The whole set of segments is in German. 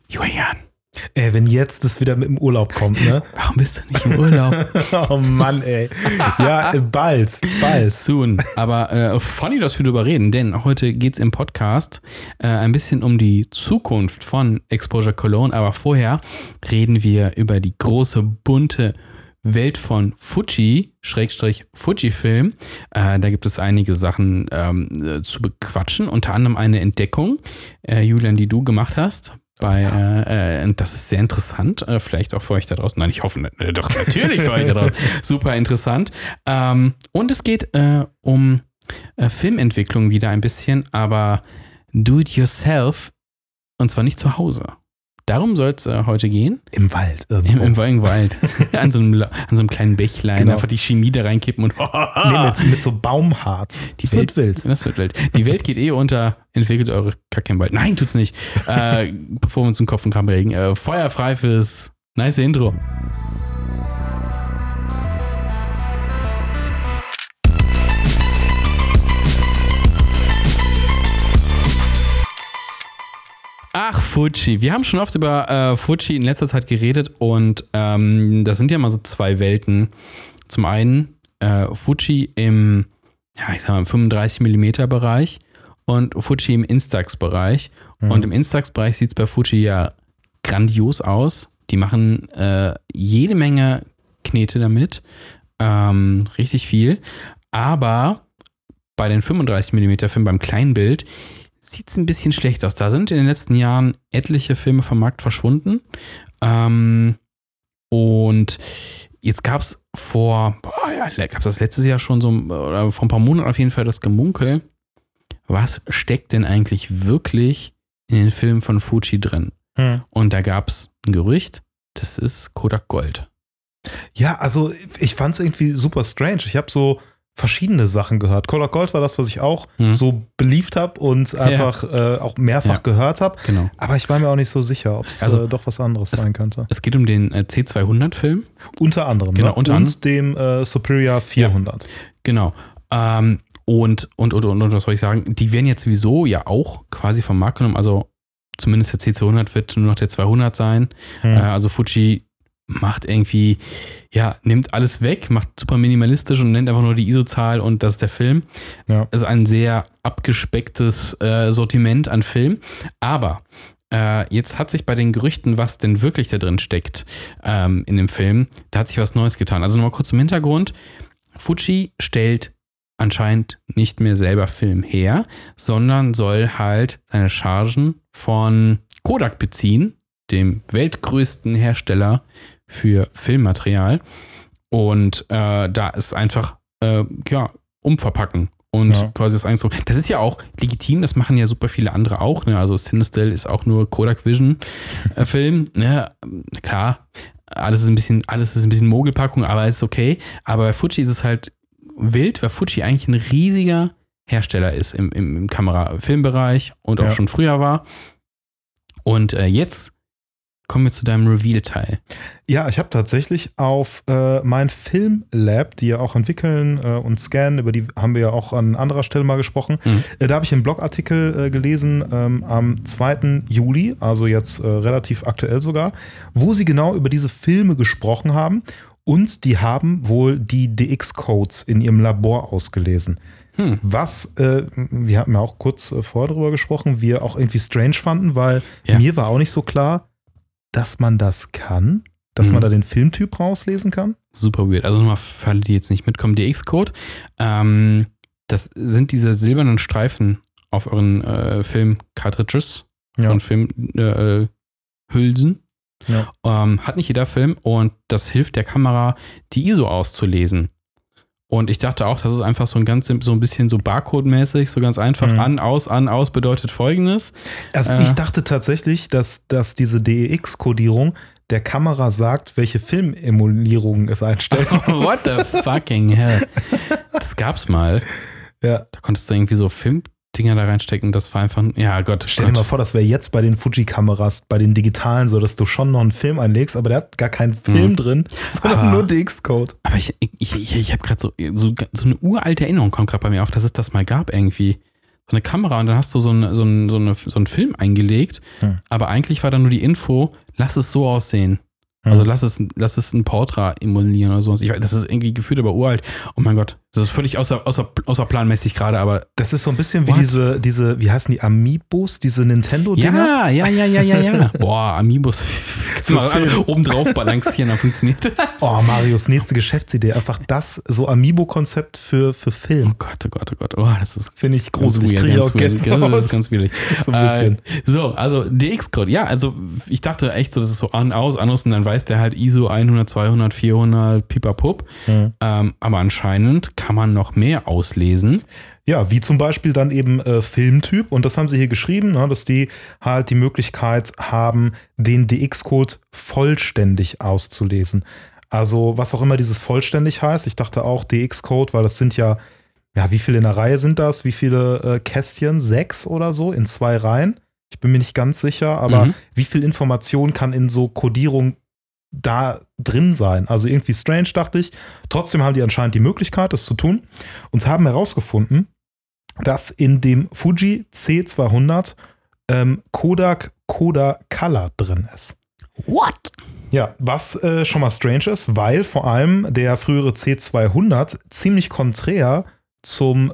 Julian. Wenn jetzt das wieder mit dem Urlaub kommt, ne? Warum bist du nicht im Urlaub? Oh Mann, ey. Ja, bald. Soon. Aber funny, dass wir darüber reden, denn heute geht es im Podcast ein bisschen um die Zukunft von Exposure Cologne. Aber vorher reden wir über die große, bunte Welt von Fuji-Fujifilm. Da gibt es einige Sachen zu bequatschen. Unter anderem eine Entdeckung, Julian, die du gemacht hast. Das ist sehr interessant, vielleicht auch für euch da draußen. Nein, ich hoffe, doch natürlich für euch da draußen. Super interessant. Und es geht um Filmentwicklung wieder ein bisschen, aber do it yourself und zwar nicht zu Hause. Darum soll es heute gehen. Im Wald. Im Wald. an so einem kleinen Bächlein. Genau. Einfach die Chemie da reinkippen und mit so Baumharz. Das wird wild. Die Welt geht unter. Entwickelt eure Kacke im Wald. Nein, tut's nicht. Bevor wir uns den Kopf und Kram regen. Feuer frei fürs nice Intro. Ach, Fuji. Wir haben schon oft über Fuji in letzter Zeit geredet und das sind ja mal so zwei Welten. Zum einen Fuji im, 35mm Bereich und Fuji im Instax-Bereich. Mhm. Und im Instax-Bereich sieht es bei Fuji ja grandios aus. Die machen jede Menge Knete damit. Richtig viel. Aber bei den 35mm Filmen, beim kleinen Bild, sieht es ein bisschen schlecht aus. Da sind in den letzten Jahren etliche Filme vom Markt verschwunden. Und jetzt gab es das letztes Jahr schon so, oder vor ein paar Monaten auf jeden Fall das Gemunkel. Was steckt denn eigentlich wirklich in den Filmen von Fuji drin? Und da gab es ein Gerücht, das ist Kodak Gold. Ja, also ich fand es irgendwie super strange. Ich habe so verschiedene Sachen gehört. Kodak Gold war das, was ich auch so beliebt habe und einfach auch mehrfach gehört habe. Genau. Aber ich war mir auch nicht so sicher, ob es doch was anderes sein könnte. Es geht um den C200-Film. Unter anderem. Genau, und dem Superior 400. Ja, genau. Und was soll ich sagen? Die werden jetzt sowieso ja auch quasi vom Markt genommen. Also zumindest der C200 wird nur noch der 200 sein. Also Fuji macht irgendwie, nimmt alles weg, macht super minimalistisch und nennt einfach nur die ISO-Zahl und das ist der Film. Ja. Das ist ein sehr abgespecktes Sortiment an Film. Aber jetzt hat sich bei den Gerüchten, was denn wirklich da drin steckt in dem Film, da hat sich was Neues getan. Also nochmal kurz zum Hintergrund. Fuji stellt anscheinend nicht mehr selber Film her, sondern soll halt seine Chargen von Kodak beziehen, dem weltgrößten Hersteller für Filmmaterial. Und da ist einfach umverpacken und quasi was Eigenes. Das ist ja auch legitim, das machen ja super viele andere auch. Ne? Also CineStill ist auch nur Kodak Vision Film. Ne? Klar, alles ist ein bisschen Mogelpackung, aber ist okay. Aber bei Fuji ist es halt wild, weil Fuji eigentlich ein riesiger Hersteller ist im Kamera-Filmbereich und auch schon früher war. Und jetzt kommen wir zu deinem Reveal-Teil. Ja, ich habe tatsächlich auf mein Filmlab, die ja auch entwickeln und scannen, über die haben wir ja auch an anderer Stelle mal gesprochen. Da habe ich einen Blogartikel gelesen am 2. Juli, also jetzt relativ aktuell sogar, wo sie genau über diese Filme gesprochen haben und die haben wohl die DX-Codes in ihrem Labor ausgelesen. Was, wir hatten ja auch kurz vorher drüber gesprochen, wir auch irgendwie strange fanden, weil mir war auch nicht so klar, dass man das kann, dass man da den Filmtyp rauslesen kann. Super weird. Also nochmal für alle, die jetzt nicht mitkommen, DX-Code, das sind diese silbernen Streifen auf euren Film-Cartridges und Filmhülsen. Ja. Hat nicht jeder Film und das hilft der Kamera, die ISO auszulesen. Und ich dachte auch, das ist einfach so ein bisschen so Barcode-mäßig, so ganz einfach an, aus bedeutet Folgendes. Also ich dachte tatsächlich, dass diese DEX-Kodierung der Kamera sagt, welche Filmemulierungen es einstellt. What the fucking hell? Das gab's mal. Ja. Da konntest du irgendwie so Filmdinger da reinstecken, das war einfach, Stell dir mal vor, das wäre jetzt bei den Fuji-Kameras, bei den digitalen so, dass du schon noch einen Film einlegst, aber der hat gar keinen Film drin, sondern nur DX-Code. Aber ich habe gerade so eine uralte Erinnerung kommt gerade bei mir auf, dass es das mal gab irgendwie. eine Kamera und dann hast du so einen Film eingelegt, aber eigentlich war da nur die Info, lass es so aussehen. Also lass es ein Portrait emulieren oder sowas. Das ist irgendwie gefühlt aber uralt. Oh mein Gott, das ist völlig außerplanmäßig gerade, aber. Das ist so ein bisschen wie diese, wie heißen die, Amiibos, diese Nintendo-Dinger? Ja. Boah, Amiibos. Mal oben drauf balancieren, dann funktioniert das. Oh, Marius nächste Geschäftsidee. Einfach das, so Amiibo-Konzept für Film. Oh Gott. Oh, das ist. Finde ich gruselig. Das ist ganz schwierig. So ein bisschen. Also DX-Code. Ja, also ich dachte echt so, das ist so aus und dann weiß der halt ISO 100, 200, 400, pipapup. Aber anscheinend kann man noch mehr auslesen. Ja, wie zum Beispiel dann eben Filmtyp. Und das haben sie hier geschrieben, ne, dass die halt die Möglichkeit haben, den DX-Code vollständig auszulesen. Also was auch immer dieses vollständig heißt. Ich dachte auch DX-Code, weil das sind ja, wie viele in der Reihe sind das? Wie viele Kästchen? 6 oder so in 2 Reihen? Ich bin mir nicht ganz sicher, aber wie viel Information kann in so Codierung da drin sein? Also irgendwie strange, dachte ich. Trotzdem haben die anscheinend die Möglichkeit, das zu tun. Und haben herausgefunden, dass in dem Fuji C200 Kodak Color drin ist. What? Ja, was schon mal strange ist, weil vor allem der frühere C200 ziemlich konträr zum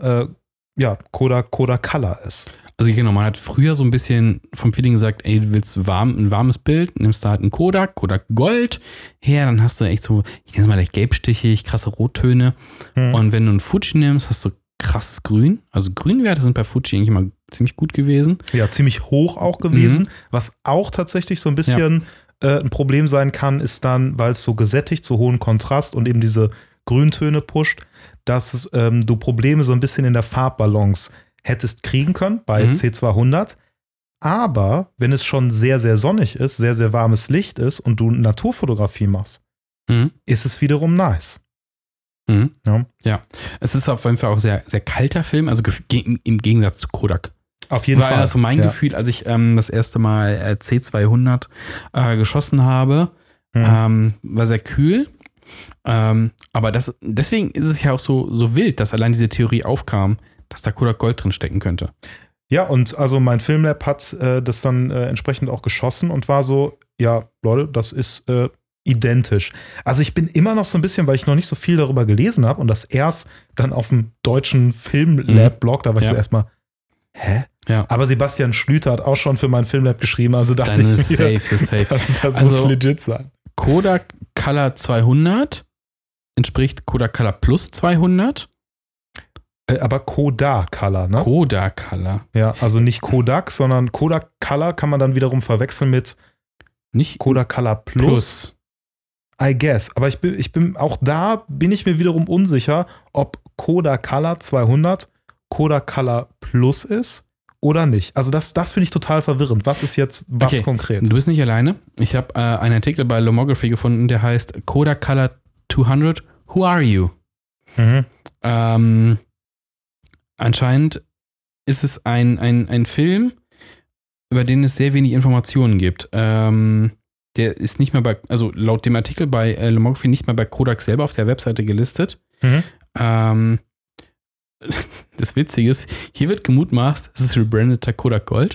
Kodak Color ist. Also genau, man hat früher so ein bisschen vom Feeling gesagt, ey, du willst ein warmes Bild, nimmst da halt einen Kodak Gold her, dann hast du echt so, ich nenne es mal leicht gelbstichig, krasse Rottöne. Und wenn du einen Fuji nimmst, hast du krasses Grün. Also Grünwerte sind bei Fuji eigentlich mal ziemlich gut gewesen. Ja, ziemlich hoch auch gewesen. Was auch tatsächlich so ein bisschen ein Problem sein kann, ist dann, weil es so gesättigt, so hohen Kontrast und eben diese Grüntöne pusht, dass du Probleme so ein bisschen in der Farbbalance hättest kriegen können bei C200. Aber wenn es schon sehr, sehr sonnig ist, sehr, sehr warmes Licht ist und du Naturfotografie machst, ist es wiederum nice. Ja, es ist auf jeden Fall auch sehr, sehr kalter Film, also im Gegensatz zu Kodak. Auf jeden Fall. War also mein Gefühl, als ich das erste Mal C200 geschossen habe, war sehr kühl. Aber deswegen ist es ja auch so wild, dass allein diese Theorie aufkam, dass da Kodak Gold drin stecken könnte. Ja, und also mein Filmlab hat das dann entsprechend auch geschossen und war so, ja, Leute, das ist identisch. Also ich bin immer noch so ein bisschen, weil ich noch nicht so viel darüber gelesen habe und das erst dann auf dem deutschen Filmlab-Blog, da war ich so erstmal, hä? Ja. Aber Sebastian Schlüter hat auch schon für mein Filmlab geschrieben, also dachte dann ich mir, das muss legit sein. Kodak Color 200 entspricht Kodak Color Plus 200. Aber Kodak Color, ne? Kodak Color. Ja, also nicht Kodak, sondern Kodak Color kann man dann wiederum verwechseln mit nicht Kodak Color Plus. I guess. Aber ich bin auch da bin ich mir wiederum unsicher, ob Kodak Color 200 Kodak Color Plus ist oder nicht. Also das finde ich total verwirrend. Was ist jetzt was konkret? Du bist nicht alleine. Ich habe einen Artikel bei Lomography gefunden, der heißt Kodak Color 200, Who Are You? Anscheinend ist es ein Film, über den es sehr wenig Informationen gibt. Der ist nicht mehr also laut dem Artikel bei Lomography nicht mehr bei Kodak selber auf der Webseite gelistet. Das Witzige ist, hier wird gemutmaßt, es ist rebrandeter Kodak Gold.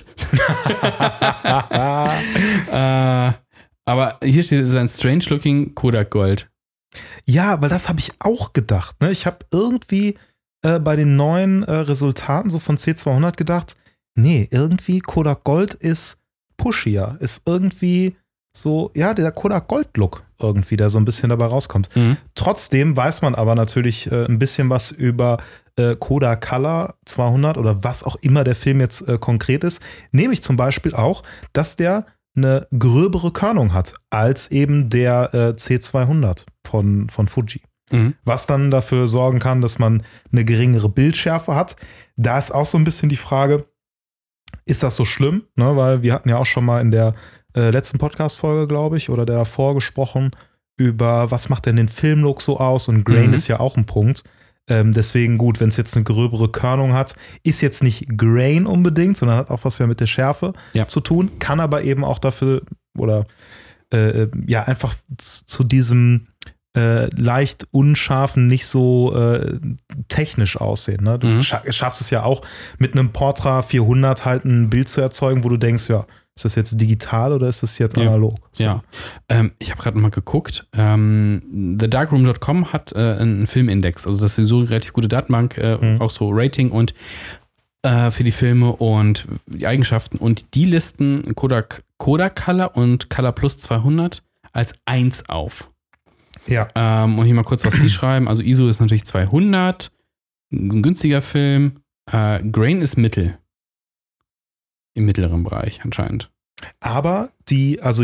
Aber hier steht, es ist ein strange-looking Kodak Gold. Ja, weil das habe ich auch gedacht. Ne? Ich habe irgendwie bei den neuen Resultaten so von C200 gedacht, nee, irgendwie Kodak Gold ist pushier, ist irgendwie so, ja, der Kodak Gold-Look irgendwie, der so ein bisschen dabei rauskommt. Trotzdem weiß man aber natürlich ein bisschen was über Kodak Color 200 oder was auch immer der Film jetzt konkret ist. Nämlich zum Beispiel auch, dass der eine gröbere Körnung hat als eben der C200 von Fuji. Was dann dafür sorgen kann, dass man eine geringere Bildschärfe hat. Da ist auch so ein bisschen die Frage, ist das so schlimm? Ne? Weil wir hatten ja auch schon mal in der letzten Podcast-Folge, glaube ich, oder der davor gesprochen, über was macht denn den Filmlook so aus? Und Grain ist ja auch ein Punkt. Deswegen gut, wenn es jetzt eine gröbere Körnung hat, ist jetzt nicht Grain unbedingt, sondern hat auch was mit der Schärfe zu tun, kann aber eben auch dafür oder einfach zu diesem leicht unscharfen, nicht so technisch aussehen. Ne? Du schaffst es ja auch, mit einem Portra 400 halt ein Bild zu erzeugen, wo du denkst, ja, ist das jetzt digital oder ist das jetzt analog? So. Ja, ich habe gerade mal geguckt. TheDarkroom.com hat einen Filmindex. Also das ist sowieso eine relativ gute Datenbank, auch so Rating und für die Filme und die Eigenschaften. Und die listen Kodak Color und Color Plus 200 als 1 auf. Ja. Und hier mal kurz, was die schreiben. Also ISO ist natürlich 200, ein günstiger Film. Grain ist Mittel. Im mittleren Bereich anscheinend. Aber es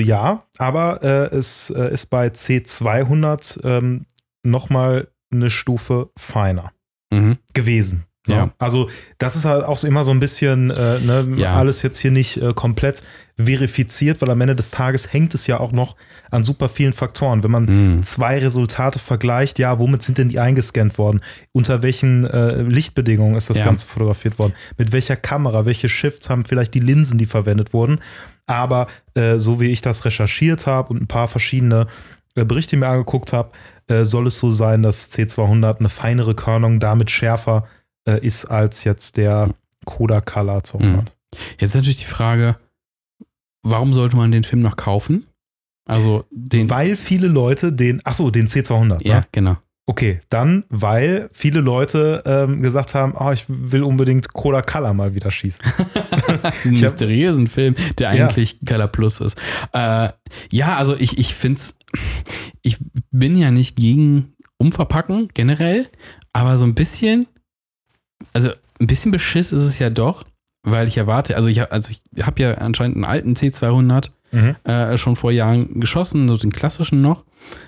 ist bei C200 nochmal eine Stufe feiner gewesen. Ja. Also das ist halt auch so immer so ein bisschen alles jetzt hier nicht komplett verifiziert, weil am Ende des Tages hängt es ja auch noch an super vielen Faktoren. Wenn man zwei Resultate vergleicht, ja, womit sind denn die eingescannt worden? Unter welchen Lichtbedingungen ist das Ganze fotografiert worden? Mit welcher Kamera? Welche Shifts haben vielleicht die Linsen, die verwendet wurden? Aber so wie ich das recherchiert habe und ein paar verschiedene Berichte mir angeguckt habe, soll es so sein, dass C200 eine feinere Körnung damit schärfer ist als jetzt der Kodak Color 200. Jetzt ist natürlich die Frage, warum sollte man den Film noch kaufen? Also weil viele Leute den C200. Ja, ne? genau. Okay, dann, weil viele Leute gesagt haben, ich will unbedingt Kodak Color mal wieder schießen. Diesen mysteriösen Film, der eigentlich Color Plus ist. Also ich finde es, ich bin ja nicht gegen Umverpacken generell, aber so ein bisschen Beschiss ist es ja doch, weil ich erwarte, ich habe ja anscheinend einen alten C200 schon vor Jahren geschossen, so den klassischen noch.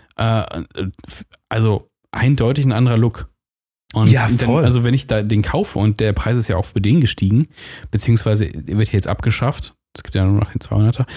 Also eindeutig ein anderer Look. Und ja, voll. Dann, wenn ich da den kaufe und der Preis ist ja auch für den gestiegen, beziehungsweise wird hier jetzt abgeschafft, es gibt ja nur noch den 200er.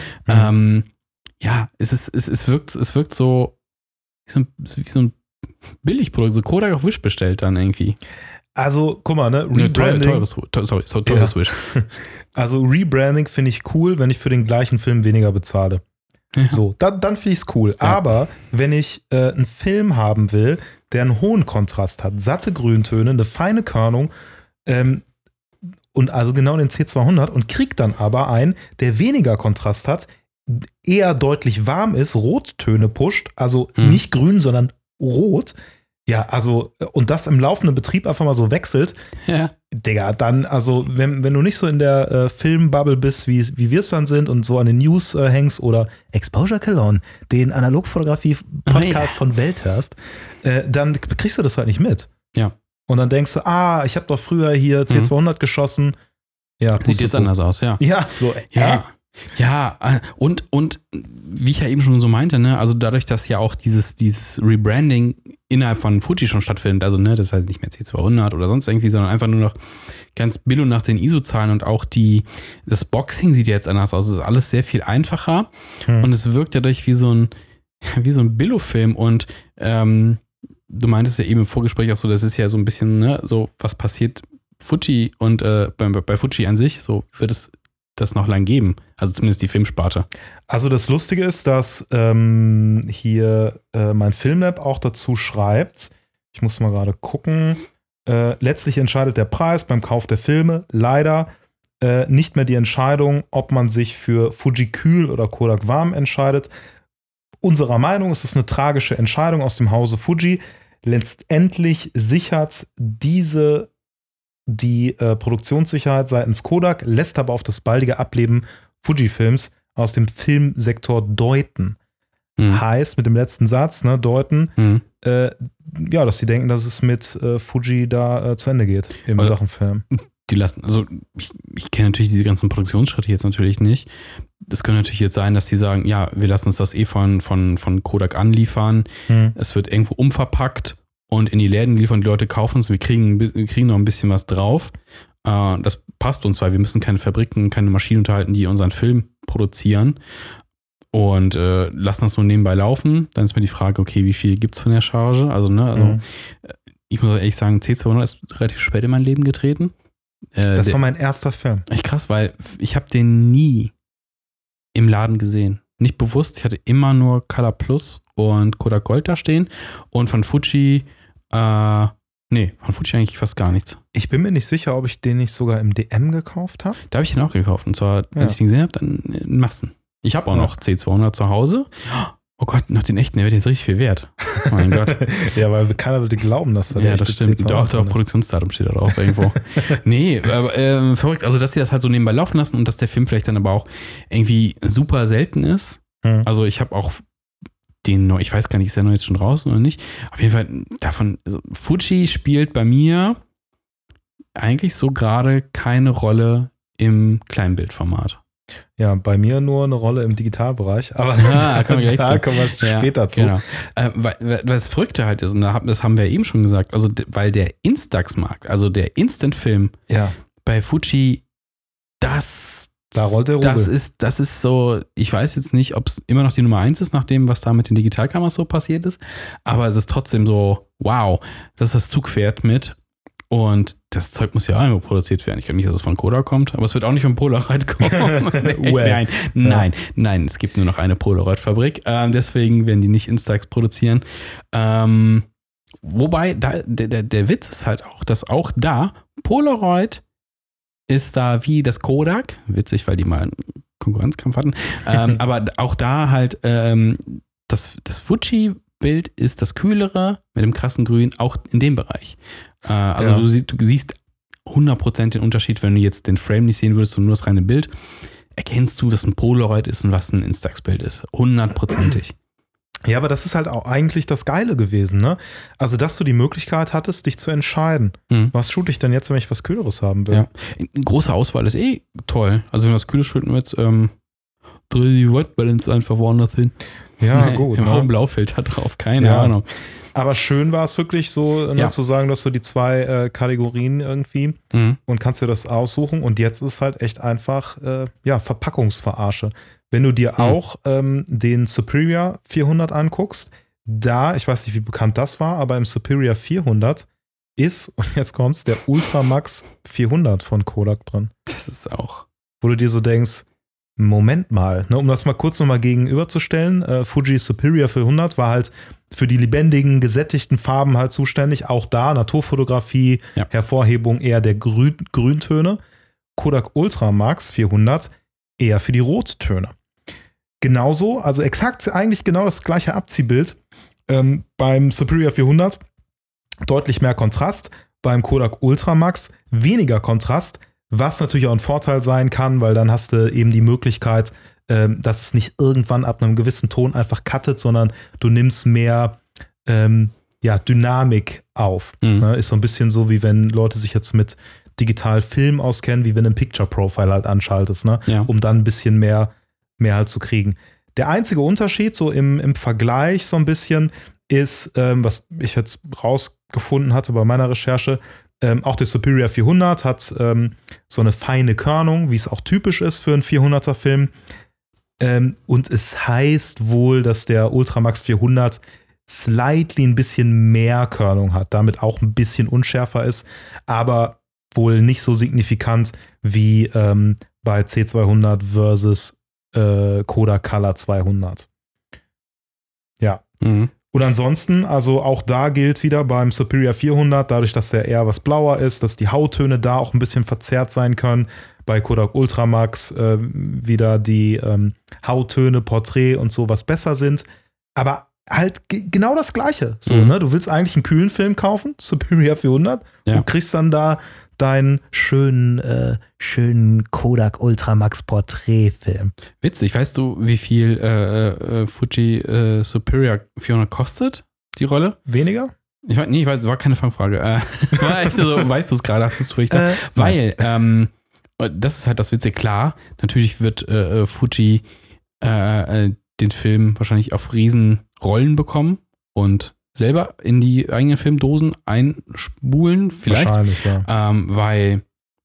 Es wirkt so wie so ein Billigprodukt, so Kodak auf Wish bestellt dann irgendwie. Also, guck mal, ne? Rebranding. Teures Wish. Also, Rebranding finde ich cool, wenn ich für den gleichen Film weniger bezahle. Ja. So, dann finde ich es cool. Ja. Aber wenn ich einen Film haben will, der einen hohen Kontrast hat, satte Grüntöne, eine feine Körnung und also genau den C200 und krieg dann aber einen, der weniger Kontrast hat, eher deutlich warm ist, Rottöne pusht, also nicht grün, sondern rot. Ja, also, und das im laufenden Betrieb einfach mal so wechselt. Ja. Digga, dann, also, wenn du nicht so in der Filmbubble bist, wie wir es dann sind und so an den News hängst oder Exposure Cologne, den Analogfotografie-Podcast von Welt hörst, dann kriegst du das halt nicht mit. Ja. Und dann denkst du, ich habe doch früher hier C200 geschossen. Ja, sieht jetzt anders aus, ja. Ja, so, Ja, und wie ich ja eben schon so meinte, ne, also dadurch, dass ja auch dieses Rebranding innerhalb von Fuji schon stattfindet, also ne, das ist halt nicht mehr C200 oder sonst irgendwie, sondern einfach nur noch ganz billo nach den ISO-Zahlen und auch das Boxing sieht ja jetzt anders aus, es ist alles sehr viel einfacher und es wirkt dadurch wie so ein Billo-Film und du meintest ja eben im Vorgespräch auch so, das ist ja so ein bisschen, ne, so was passiert Fuji und bei Fuji an sich, so wird es das noch lang geben. Also zumindest die Filmsparte. Also das Lustige ist, dass hier mein Filmlab auch dazu schreibt, ich muss mal gerade gucken, letztlich entscheidet der Preis beim Kauf der Filme leider nicht mehr die Entscheidung, ob man sich für Fuji kühl oder Kodak warm entscheidet. Unserer Meinung ist es eine tragische Entscheidung aus dem Hause Fuji. Letztendlich sichert die Produktionssicherheit seitens Kodak, lässt aber auf das baldige Ableben Fujifilms aus dem Filmsektor deuten. Heißt, mit dem letzten Satz, ne, deuten, dass sie denken, dass es mit Fuji da zu Ende geht in Sachen Film. Die lassen, also ich kenne natürlich diese ganzen Produktionsschritte jetzt natürlich nicht. Das könnte natürlich jetzt sein, dass die sagen, ja, wir lassen uns das von Kodak anliefern. Es wird irgendwo umverpackt und in die Läden geliefert, die Leute kaufen es, wir kriegen noch ein bisschen was drauf. Das passt uns, weil wir müssen keine Fabriken, keine Maschinen unterhalten, die unseren Film produzieren und lassen das so nebenbei laufen. Dann ist mir die Frage, okay, wie viel gibt es von der Charge? Also, ne, ich muss ehrlich sagen, C200 ist relativ spät in mein Leben getreten. Das war mein erster Film. Echt krass, weil ich habe den nie im Laden gesehen. Nicht bewusst, ich hatte immer nur Color Plus und Kodak Gold da stehen und von Fuji, von Fuji eigentlich fast gar nichts. Ich bin mir nicht sicher, ob ich den nicht sogar im DM gekauft habe. Da habe ich den auch gekauft und zwar, als ich den gesehen habe, dann in Massen. Ich habe auch noch C200 zu Hause. Oh Gott, noch den echten, der wird jetzt richtig viel wert. Oh mein Gott. Ja, weil keiner würde glauben, dass da der das stimmt. Doch, Produktionsdatum steht da drauf irgendwo. Nee, aber verrückt. Also, dass sie das halt so nebenbei laufen lassen und dass der Film vielleicht dann aber auch irgendwie super selten ist. Also, ich habe auch den, ich weiß gar nicht, ist der noch jetzt schon draußen oder nicht? Auf jeden Fall davon, also Fuji spielt bei mir eigentlich so gerade keine Rolle im Kleinbildformat. Ja, bei mir nur eine Rolle im Digitalbereich, aber da kommen wir später zu. Genau. Weil das Verrückte halt ist, und das haben wir eben schon gesagt, also weil der Instax-Markt, also der Instant-Film bei Fuji, da rollt der Rubel. Das ist so, ich weiß jetzt nicht, ob es immer noch die Nummer 1 ist, nach dem, was da mit den Digitalkameras so passiert ist, aber es ist trotzdem so, wow, das ist das Zugpferd mit. Und das Zeug muss ja auch immer produziert werden. Ich glaube nicht, dass es von Kodak kommt, aber es wird auch nicht von Polaroid kommen. Nein, es gibt nur noch eine Polaroid-Fabrik. Deswegen werden die nicht Instax produzieren. Wobei, der Witz ist halt auch, dass auch da Polaroid ist da wie das Kodak. Witzig, weil die mal einen Konkurrenzkampf hatten. Aber auch da halt das Fuji-Bild ist das kühlere mit dem krassen Grün, auch in dem Bereich. Du siehst 100% den Unterschied, wenn du jetzt den Frame nicht sehen würdest und nur das reine Bild. Erkennst du, was ein Polaroid ist und was ein Instax-Bild ist. 100%. Ja, aber das ist halt auch eigentlich das Geile gewesen, ne? Also, dass du die Möglichkeit hattest, dich zu entscheiden. Was shoot ich denn jetzt, wenn ich was Kühleres haben will? Ja. Eine große Auswahl ist toll. Also, wenn du was Kühles shooten willst, dreh die White Balance einfach woanders hin. Ja, gut. Wir machen Blaufilter drauf, keine Ahnung. Aber schön war es wirklich so, zu sagen, dass du die 2 Kategorien irgendwie und kannst dir das aussuchen. Und jetzt ist halt echt einfach, Verpackungsverarsche. Wenn du dir auch den Superior 400 anguckst, ich weiß nicht, wie bekannt das war, aber im Superior 400 ist, und jetzt kommt's, der Ultramax 400 von Kodak drin. Das ist auch. Wo du dir so denkst, Moment mal, ne, um das mal kurz nochmal gegenüberzustellen, Fuji Superior 400 war halt für die lebendigen, gesättigten Farben halt zuständig. Auch da Naturfotografie, Hervorhebung eher der Grüntöne. Kodak Ultramax 400 eher für die Rottöne. Genauso, also exakt eigentlich genau das gleiche Abziehbild beim Superior 400. Deutlich mehr Kontrast. Beim Kodak Ultramax weniger Kontrast. Was natürlich auch ein Vorteil sein kann, weil dann hast du eben die Möglichkeit, dass es nicht irgendwann ab einem gewissen Ton einfach cuttet, sondern du nimmst mehr Dynamik auf. Ne? Ist so ein bisschen so, wie wenn Leute sich jetzt mit digital Film auskennen, wie wenn du ein Picture Profile halt anschaltest, ne? Um dann ein bisschen mehr halt zu kriegen. Der einzige Unterschied so im Vergleich so ein bisschen ist, was ich jetzt rausgefunden hatte bei meiner Recherche, auch der Superior 400 hat so eine feine Körnung, wie es auch typisch ist für einen 400er Film. Und es heißt wohl, dass der Ultramax 400 slightly ein bisschen mehr Körnung hat, damit auch ein bisschen unschärfer ist, aber wohl nicht so signifikant wie bei C200 versus Kodak Color 200. Ja. Und ansonsten, also auch da gilt wieder beim Superior 400, dadurch, dass der eher was blauer ist, dass die Hauttöne da auch ein bisschen verzerrt sein können. Bei Kodak Ultramax wieder die Hauttöne, Porträt und so was besser sind. Aber halt genau das Gleiche. So, ne? Du willst eigentlich einen kühlen Film kaufen, Superior 400, und kriegst dann da deinen schönen Kodak Ultramax Porträtfilm. Witzig, weißt du, wie viel Fuji Superior 400 kostet, die Rolle? Weniger? Ich weiß, war keine Fangfrage. Weißt du es gerade, hast du es richtig? Weil, das ist halt das Witzige, klar, natürlich wird Fuji den Film wahrscheinlich auf Riesenrollen bekommen und selber in die eigenen Filmdosen einspulen, vielleicht. Wahrscheinlich, ja. Weil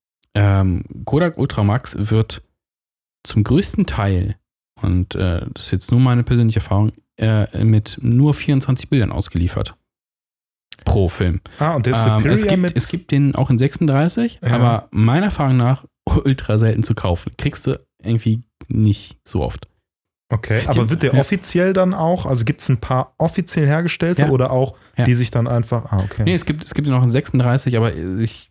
Kodak Ultramax wird zum größten Teil, und das ist jetzt nur meine persönliche Erfahrung, mit nur 24 Bildern ausgeliefert. Pro Film. Und der Superior es gibt den auch in 36, aber meiner Erfahrung nach ultra selten zu kaufen. Kriegst du irgendwie nicht so oft. Okay, aber wird der offiziell dann auch, also gibt es ein paar offiziell hergestellte oder auch, die sich dann einfach, okay. Nee, es gibt noch einen 36, aber ich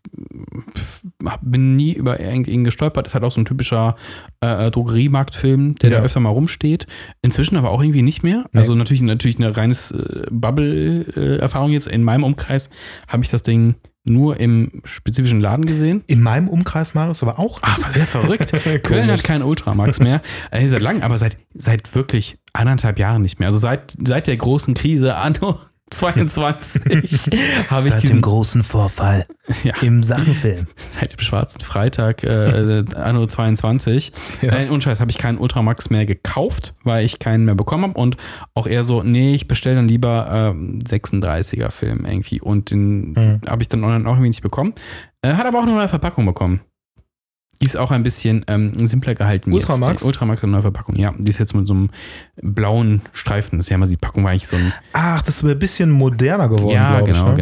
bin nie über irgendeinen gestolpert. Das ist halt auch so ein typischer Drogeriemarktfilm, der da öfter mal rumsteht. Inzwischen aber auch irgendwie nicht mehr. Also natürlich eine reines Bubble-Erfahrung jetzt. In meinem Umkreis habe ich das Ding nur im spezifischen Laden gesehen. In meinem Umkreis, Marius, aber auch nicht. Ach, war sehr verrückt. Köln hat keinen Ultramax mehr. Seit langem, aber seit wirklich 1,5 Jahren nicht mehr. Also seit der großen Krise anno 22 habe ich seit dem großen Vorfall im Sachenfilm. Seit dem schwarzen Freitag anno 22. Und Scheiß, habe ich keinen Ultramax mehr gekauft, weil ich keinen mehr bekommen habe und auch eher so, ich bestelle dann lieber 36er Film irgendwie und den habe ich dann online auch irgendwie nicht bekommen. Hat aber auch eine neue Verpackung bekommen. Die ist auch ein bisschen simpler gehalten. Ultramax? Jetzt. Ultramax eine neue Verpackung, ja. Die ist jetzt mit so einem blauen Streifen. Das ist ja immer, die Packung war eigentlich so ein... Ach, das ist ein bisschen moderner geworden, ja, genau.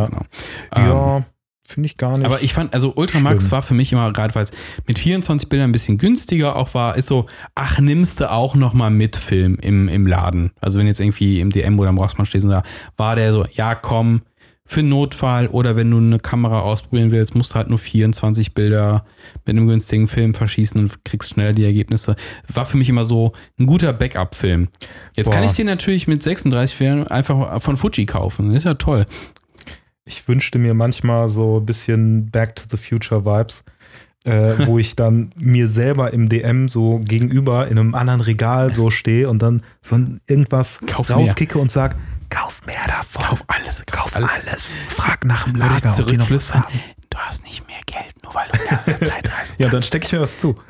Ja, finde ich gar nicht. Aber ich fand, also Ultramax war für mich immer, gerade weil es mit 24 Bildern ein bisschen günstiger auch war, ist so, nimmst du auch nochmal mit Film im Laden. Also wenn jetzt irgendwie im DM oder im Rossmann stehst und da war der so, ja komm, für einen Notfall oder wenn du eine Kamera ausprobieren willst, musst du halt nur 24 Bilder mit einem günstigen Film verschießen und kriegst schneller die Ergebnisse. War für mich immer so ein guter Backup-Film. Jetzt kann ich den natürlich mit 36 Filmen einfach von Fuji kaufen. Das ist ja toll. Ich wünschte mir manchmal so ein bisschen Back to the Future Vibes, wo ich dann mir selber im DM so gegenüber in einem anderen Regal so stehe und dann so irgendwas rauskicke und sage, kauf mehr davon. Kauf alles. Frag nach dem Lager, ob die noch was haben. Du hast nicht mehr Geld, nur weil du in der Zeit reisen kannst. Ja, dann stecke ich mir was zu.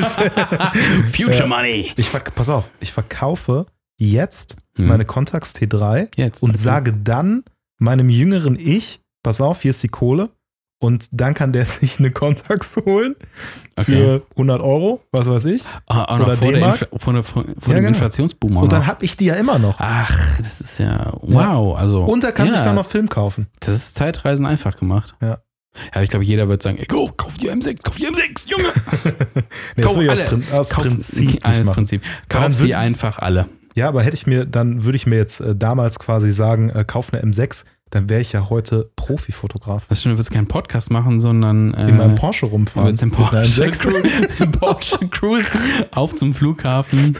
Future Money. Pass auf, ich verkaufe jetzt meine Contax T3 und sage dann meinem jüngeren Ich, pass auf, hier ist die Kohle. Und dann kann der sich eine Contax holen für 100 €, was weiß ich. Oder D-Mark. Vor dem Inflationsboom. Und dann habe ich die ja immer noch. Ach, das ist ja wow. Also, und er kann sich dann noch Film kaufen. Das ist Zeitreisen einfach gemacht. Ja. Ja, ich glaube, jeder wird sagen, kauf die M6, Junge. Das will ich aus Prinzip. Kauf sie einfach alle. Ja, aber würde ich mir jetzt damals quasi sagen, kauf eine M6, dann wäre ich ja heute Profifotograf. Das stimmt, du würdest keinen Podcast machen, sondern in meinem Porsche rumfahren. Du würdest im Porsche Cruise auf zum Flughafen.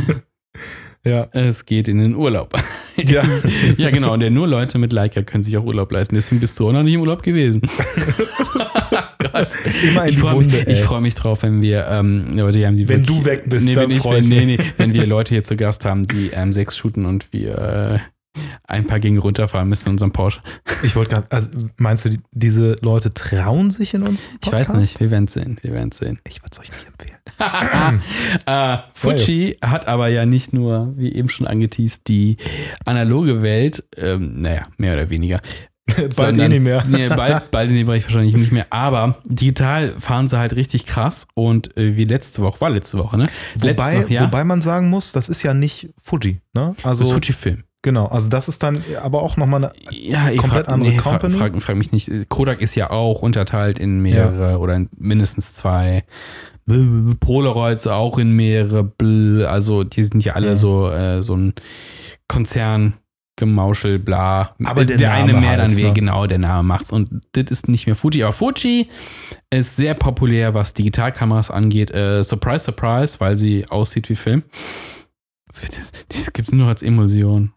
Ja. Es geht in den Urlaub. Ja, ja genau. Und nur Leute mit Leica können sich auch Urlaub leisten. Deswegen bist du auch noch nicht im Urlaub gewesen. Gott. Immer in die Wunde, ich freue mich drauf, wenn wir Leute haben, die wenn du weg bist, wenn wir Leute hier zu Gast haben, die M6 shooten und wir ein paar Gänge runterfahren müssen in unserem Porsche. Ich wollte gerade, also meinst du, diese Leute trauen sich in uns? Ich weiß nicht, wir werden es sehen. Ich würde es euch nicht empfehlen. Fuji hat aber ja nicht nur, wie eben schon angeteased, die analoge Welt, mehr oder weniger. Bald nicht mehr. Nee, bald in dem Bereich wahrscheinlich nicht mehr. Aber digital fahren sie halt richtig krass und wie letzte Woche, ne? Wobei man sagen muss, das ist ja nicht Fuji, ne? Also, das ist Fuji-Film. Genau, also das ist dann aber auch nochmal eine komplett andere Company. Frag mich nicht. Kodak ist ja auch unterteilt in mehrere oder in mindestens 2. Polaroids auch in mehrere. Also die sind ja alle so ein Konzerngemauschel, bla. Aber der eine mehr halt, dann genau, der Name macht's. Und das ist nicht mehr Fuji. Aber Fuji ist sehr populär, was Digitalkameras angeht. Surprise, surprise, weil sie aussieht wie Film. Das gibt es nur als Emulsion.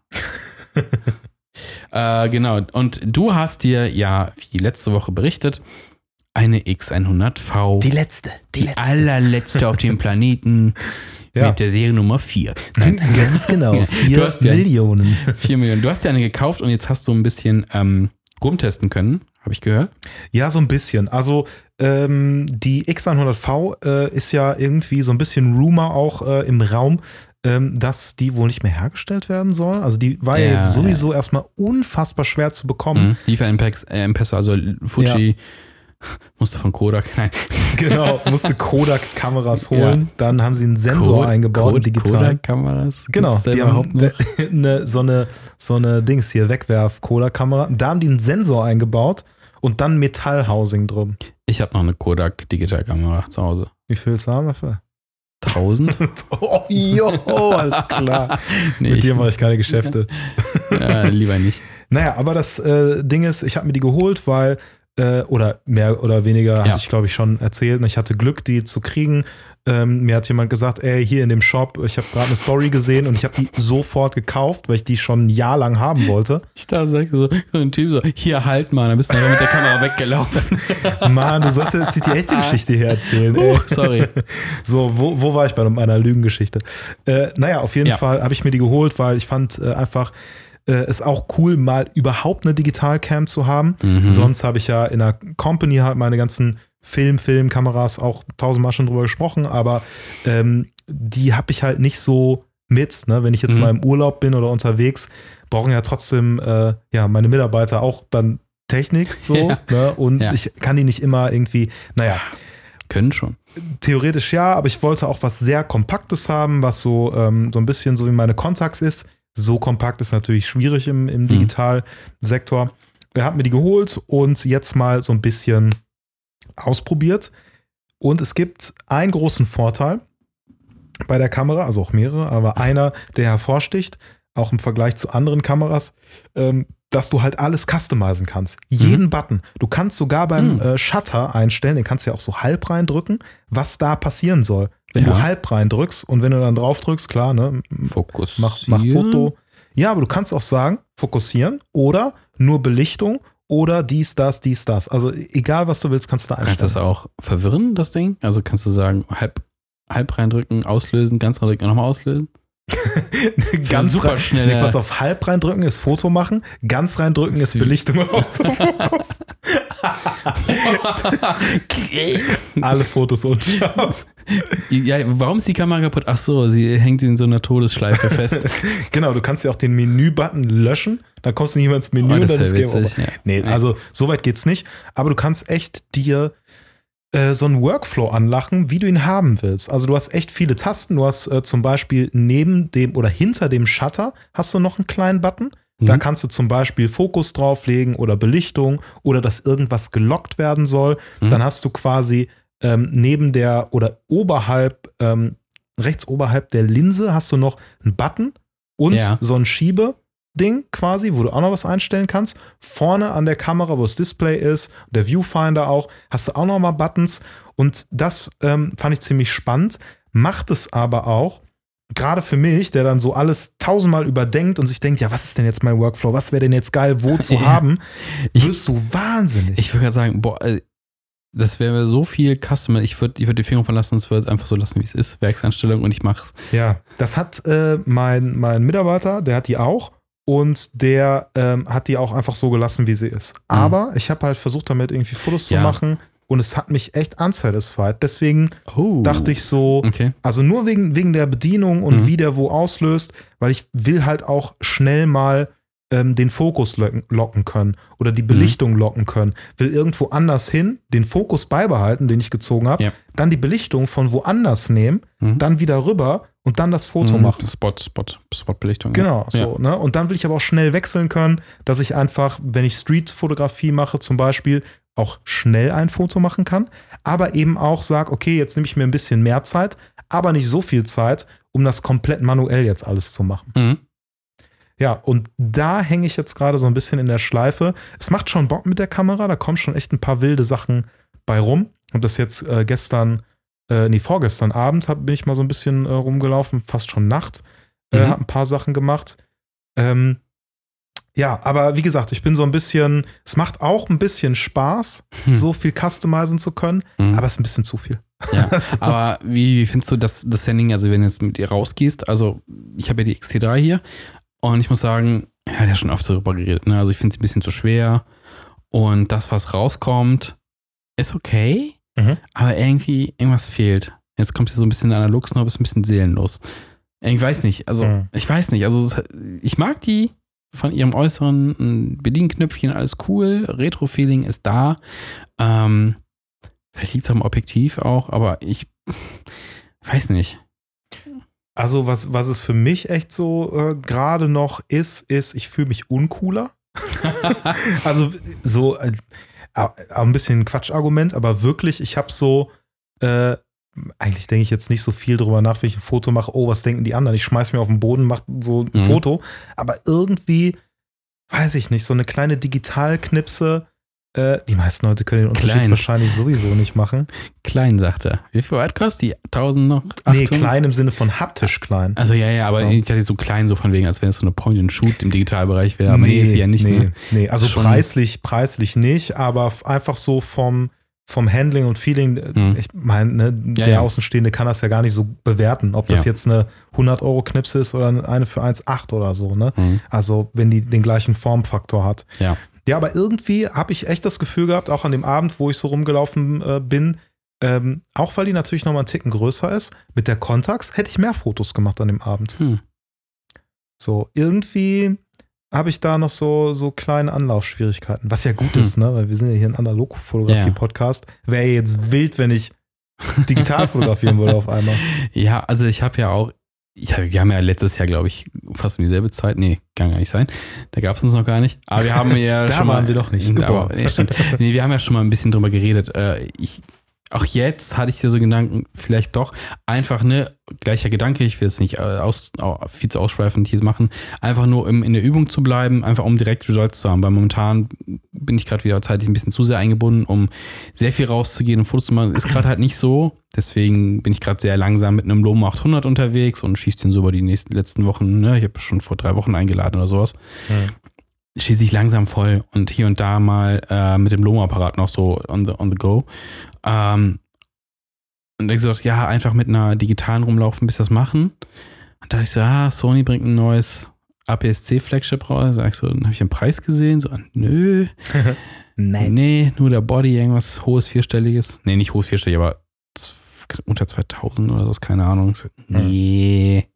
Genau. Und du hast dir ja, wie letzte Woche berichtet, eine X100V. Die letzte. Die allerletzte auf dem Planeten mit der Seriennummer 4. Nein. Ganz genau. 4 Millionen. 4 Millionen. Du hast ja eine gekauft und jetzt hast du ein bisschen rumtesten können, habe ich gehört. Ja, so ein bisschen. Also die X100V ist ja irgendwie so ein bisschen Rumor auch im Raum, dass die wohl nicht mehr hergestellt werden soll. Also die war ja jetzt sowieso erstmal unfassbar schwer zu bekommen. Lieferengpässe, also Fuji musste von Kodak, nein. Genau, musste Kodak-Kameras holen. Ja. Dann haben sie einen Sensor eingebaut, digital. Kodak-Kameras? Genau, die haben so eine Dings hier, Wegwerf-Kodak-Kamera. Da haben die einen Sensor eingebaut und dann Metallhousing drum. Ich habe noch eine Kodak-Digitalkamera zu Hause. Wie viel ist warm dafür? 1000. Oh, jo, alles klar. Nee, Mit dir mache ich keine Geschäfte. Lieber nicht. Naja, aber das Ding ist, ich habe mir die geholt, weil, oder mehr oder weniger, hatte ich glaube ich schon erzählt, ich hatte Glück, die zu kriegen. Mir hat jemand gesagt, ey, hier in dem Shop, ich habe gerade eine Story gesehen und ich habe die sofort gekauft, weil ich die schon ein Jahr lang haben wollte. Ich da sagte so ein Typ so, hier halt mal, dann bist du mit der Kamera weggelaufen. Mann, du sollst jetzt nicht die echte Geschichte hier erzählen. Ey. Sorry. So, wo war ich bei meiner Lügengeschichte? Naja, auf jeden Fall habe ich mir die geholt, weil ich fand einfach es auch cool, mal überhaupt eine Digitalcam zu haben. Sonst habe ich ja in der Company halt meine ganzen Filmkameras auch 1000-mal schon drüber gesprochen, aber die habe ich halt nicht so mit. Ne? Wenn ich jetzt mal im Urlaub bin oder unterwegs, brauchen ja trotzdem meine Mitarbeiter auch dann Technik so. Ne? Und ich kann die nicht immer irgendwie, können schon. Theoretisch ja, aber ich wollte auch was sehr Kompaktes haben, was so ein bisschen so wie meine Contax ist. So kompakt ist natürlich schwierig im Digitalsektor. Er hat mir die geholt und jetzt mal so ein bisschen ausprobiert. Und es gibt einen großen Vorteil bei der Kamera, also auch mehrere, aber einer, der hervorsticht, auch im Vergleich zu anderen Kameras, dass du halt alles customizen kannst. Jeden Button. Du kannst sogar beim Shutter einstellen, den kannst du ja auch so halb reindrücken, was da passieren soll. Wenn du halb reindrückst und wenn du dann drauf drückst, klar, ne, mach Foto. Ja, aber du kannst auch sagen, fokussieren oder nur Belichtung oder dies, das. Also egal, was du willst, kannst du da einstellen. Kannst du das auch verwirren, das Ding? Also kannst du sagen, halb reindrücken, auslösen, ganz reindrücken, nochmal auslösen? Ganz super schnell. Nee, pass auf, halb reindrücken ist Foto machen, ganz reindrücken ist Belichtung und Autofokus. Alle Fotos unscharf. Ja, warum ist die Kamera kaputt? Ach so, sie hängt in so einer Todesschleife fest. Genau, du kannst ja auch den Menü-Button löschen, dann kommst du nicht mehr ins Menü und dann ist Game Over. Ja. Nee, also so weit geht's nicht, aber du kannst echt dir so einen Workflow anlachen, wie du ihn haben willst. Also du hast echt viele Tasten. Du hast zum Beispiel neben dem oder hinter dem Shutter hast du noch einen kleinen Button. Da kannst du zum Beispiel Fokus drauflegen oder Belichtung oder dass irgendwas gelockt werden soll. Dann hast du quasi neben der oder oberhalb, rechts oberhalb der Linse hast du noch einen Button und so ein Schiebeding quasi, wo du auch noch was einstellen kannst. Vorne an der Kamera, wo das Display ist, der Viewfinder auch, hast du auch noch mal Buttons. Und das fand ich ziemlich spannend. Macht es aber auch, gerade für mich, der dann so alles 1000-mal überdenkt und sich denkt, ja, was ist denn jetzt mein Workflow? Was wäre denn jetzt geil, wo zu haben? Wirst du wahnsinnig. Ich würde gerade sagen, boah, das wäre so viel Custom. Ich würd die Finger verlassen, es wird einfach so lassen, wie es ist. Werkseinstellung und ich mach's. Ja, das hat mein Mitarbeiter, der hat die auch. Und der hat die auch einfach so gelassen, wie sie ist. Aber ich habe halt versucht, damit irgendwie Fotos zu machen. Und es hat mich echt unsatisfied. Deswegen dachte ich so, also nur wegen der Bedienung und wie der wo auslöst, weil ich will halt auch schnell mal den Fokus locken können oder die Belichtung locken können. Will irgendwo anders hin, den Fokus beibehalten, den ich gezogen habe, dann die Belichtung von woanders nehmen, dann wieder rüber und dann das Foto machen. Spot-Belichtung. Genau, so. Ne? Und dann will ich aber auch schnell wechseln können, dass ich einfach, wenn ich Street-Fotografie mache zum Beispiel, auch schnell ein Foto machen kann, aber eben auch sage, okay, jetzt nehme ich mir ein bisschen mehr Zeit, aber nicht so viel Zeit, um das komplett manuell jetzt alles zu machen. Ja, und da hänge ich jetzt gerade so ein bisschen in der Schleife. Es macht schon Bock mit der Kamera, da kommen schon echt ein paar wilde Sachen bei rum. Und das jetzt vorgestern Abend bin ich mal so ein bisschen rumgelaufen, fast schon Nacht, habe ein paar Sachen gemacht. Ja, aber wie gesagt, ich bin so ein bisschen, es macht auch ein bisschen Spaß, so viel customizen zu können, aber es ist ein bisschen zu viel. Ja, aber wie findest du das Setting, also wenn du jetzt mit ihr rausgehst, also ich habe ja die XT3 hier und ich muss sagen, ja, der hat schon oft darüber geredet, ne? Also ich finde es ein bisschen zu schwer und das, was rauskommt, ist okay, aber irgendwie irgendwas fehlt. Jetzt kommt hier so ein bisschen Analog-Snob, ist ein bisschen seelenlos. Ich weiß nicht, also ich mag die von ihrem Äußeren, Bedienknöpfchen, alles cool, Retro-Feeling ist da. Vielleicht liegt es am Objektiv auch, aber ich weiß nicht. Also was es für mich echt so gerade noch ist, ich fühle mich uncooler. Also so ein bisschen ein Quatschargument, aber wirklich, ich habe so eigentlich denke ich jetzt nicht so viel drüber nach, wenn ich ein Foto mache, oh, was denken die anderen? Ich schmeiß mir auf den Boden, mache so ein Foto. Aber irgendwie, weiß ich nicht, so eine kleine Digitalknipse, die meisten Leute können den Unterschied wahrscheinlich sowieso nicht machen. Klein, sagt er. Wie viel Wert kostet die? 1000 noch? 800? Nee, klein im Sinne von haptisch klein. Also ja, aber ich hatte so klein, so von wegen, als wenn es so eine Point-and-Shoot im Digitalbereich wäre. Aber nee, ist sie ja nicht. Nee, also preislich nicht, aber einfach so vom Handling und Feeling, ich meine, der Außenstehende kann das ja gar nicht so bewerten, ob das jetzt eine 100-Euro-Knipse ist oder eine für 1,8 oder so, ne? Also wenn die den gleichen Formfaktor hat. Ja, aber irgendwie habe ich echt das Gefühl gehabt, auch an dem Abend, wo ich so rumgelaufen bin, auch weil die natürlich nochmal einen Ticken größer ist, mit der Contax hätte ich mehr Fotos gemacht an dem Abend. So, irgendwie habe ich da noch so kleine Anlaufschwierigkeiten, was ja gut ist, ne? Weil wir sind ja hier ein Analogfotografie-Podcast. Wäre jetzt wild, wenn ich digital fotografieren würde auf einmal. Ja, also ich habe ja auch, wir haben ja letztes Jahr, glaube ich, fast um dieselbe Zeit, nee, kann gar nicht sein, da gab es uns noch gar nicht, aber wir haben ja da schon waren wir doch nicht. Aber, stimmt. Nee, wir haben ja schon mal ein bisschen drüber geredet. Auch jetzt hatte ich dir so Gedanken, vielleicht doch einfach, gleicher Gedanke, ich will es nicht viel zu ausschweifend hier machen, einfach nur in der Übung zu bleiben, einfach um direkt Results zu haben, weil momentan bin ich gerade wieder zeitlich ein bisschen zu sehr eingebunden, um sehr viel rauszugehen und Fotos zu machen, ist gerade halt nicht so, deswegen bin ich gerade sehr langsam mit einem Lomo 800 unterwegs und schieße den so über die letzten Wochen, ich habe schon vor 3 Wochen eingeladen oder sowas. Schieße ich langsam voll und hier und da mal mit dem Lomo-Apparat noch so on the go. Und dann gesagt, ja, einfach mit einer digitalen rumlaufen, bis das machen. Und da dachte ich so, Sony bringt ein neues APS-C-Flagship raus. Sag ich so, dann habe ich den Preis gesehen. So, nö. Nee, nur der Body, irgendwas hohes vierstelliges. Nee, nicht hohes vierstellig, aber unter 2000 oder so, keine Ahnung. So, nee.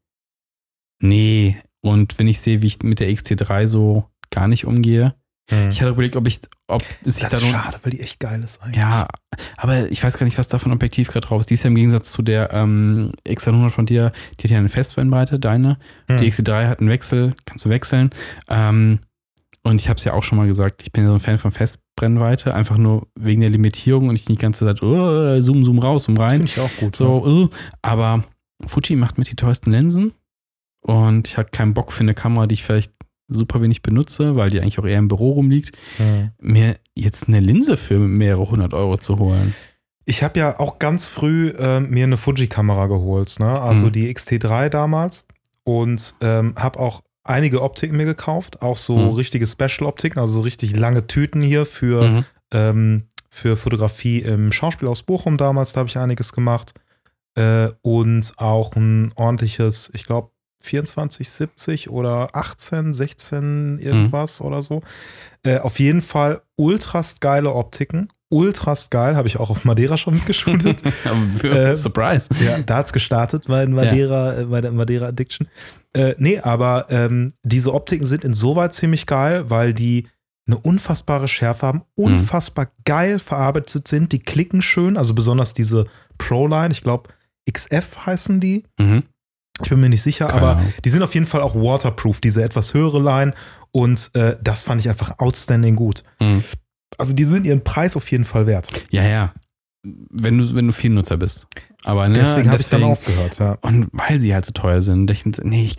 Und wenn ich sehe, wie ich mit der XT3 so gar nicht umgehe, ich hatte überlegt, ob es sich das ist schade, weil die echt geil ist eigentlich. Ja, aber ich weiß gar nicht, was da von Objektiv gerade drauf ist. Die ist ja im Gegensatz zu der X100 von dir, die hat ja eine Festbrennweite, deine. Die XT3 hat einen Wechsel, kannst du wechseln. Und ich habe es ja auch schon mal gesagt, ich bin ja so ein Fan von Festbrennweite, einfach nur wegen der Limitierung und ich nicht die ganze Zeit zoom raus, zoom rein. Finde ich auch gut. So, aber Fuji macht mit die teuersten Linsen und ich habe keinen Bock für eine Kamera, die ich vielleicht super wenig benutze, weil die eigentlich auch eher im Büro rumliegt, mir jetzt eine Linse für mehrere 100 Euro zu holen. Ich habe ja auch ganz früh mir eine Fuji-Kamera geholt, ne? Also die XT3 damals und habe auch einige Optiken mir gekauft, auch so richtige Special-Optiken, also so richtig lange Tüten hier für Fotografie im Schauspiel aus Bochum damals, da habe ich einiges gemacht und auch ein ordentliches, ich glaube 24-70 oder 18, 16 irgendwas oder so. Auf jeden Fall ultrast geile Optiken. Ultrast geil, habe ich auch auf Madeira schon mitgeschootet. Surprise. Ja, da hat es gestartet bei Madeira, bei der Madeira Addiction. Aber diese Optiken sind insoweit ziemlich geil, weil die eine unfassbare Schärfe haben, unfassbar geil verarbeitet sind, die klicken schön, also besonders diese Pro-Line, ich glaube XF heißen die. Ich bin mir nicht sicher, aber die sind auf jeden Fall auch waterproof, diese etwas höhere Line. Und das fand ich einfach outstanding gut. Also die sind ihren Preis auf jeden Fall wert. Ja. Wenn du viel Nutzer bist. Aber deswegen habe ich dann aufgehört, ja. Und weil sie halt so teuer sind, ich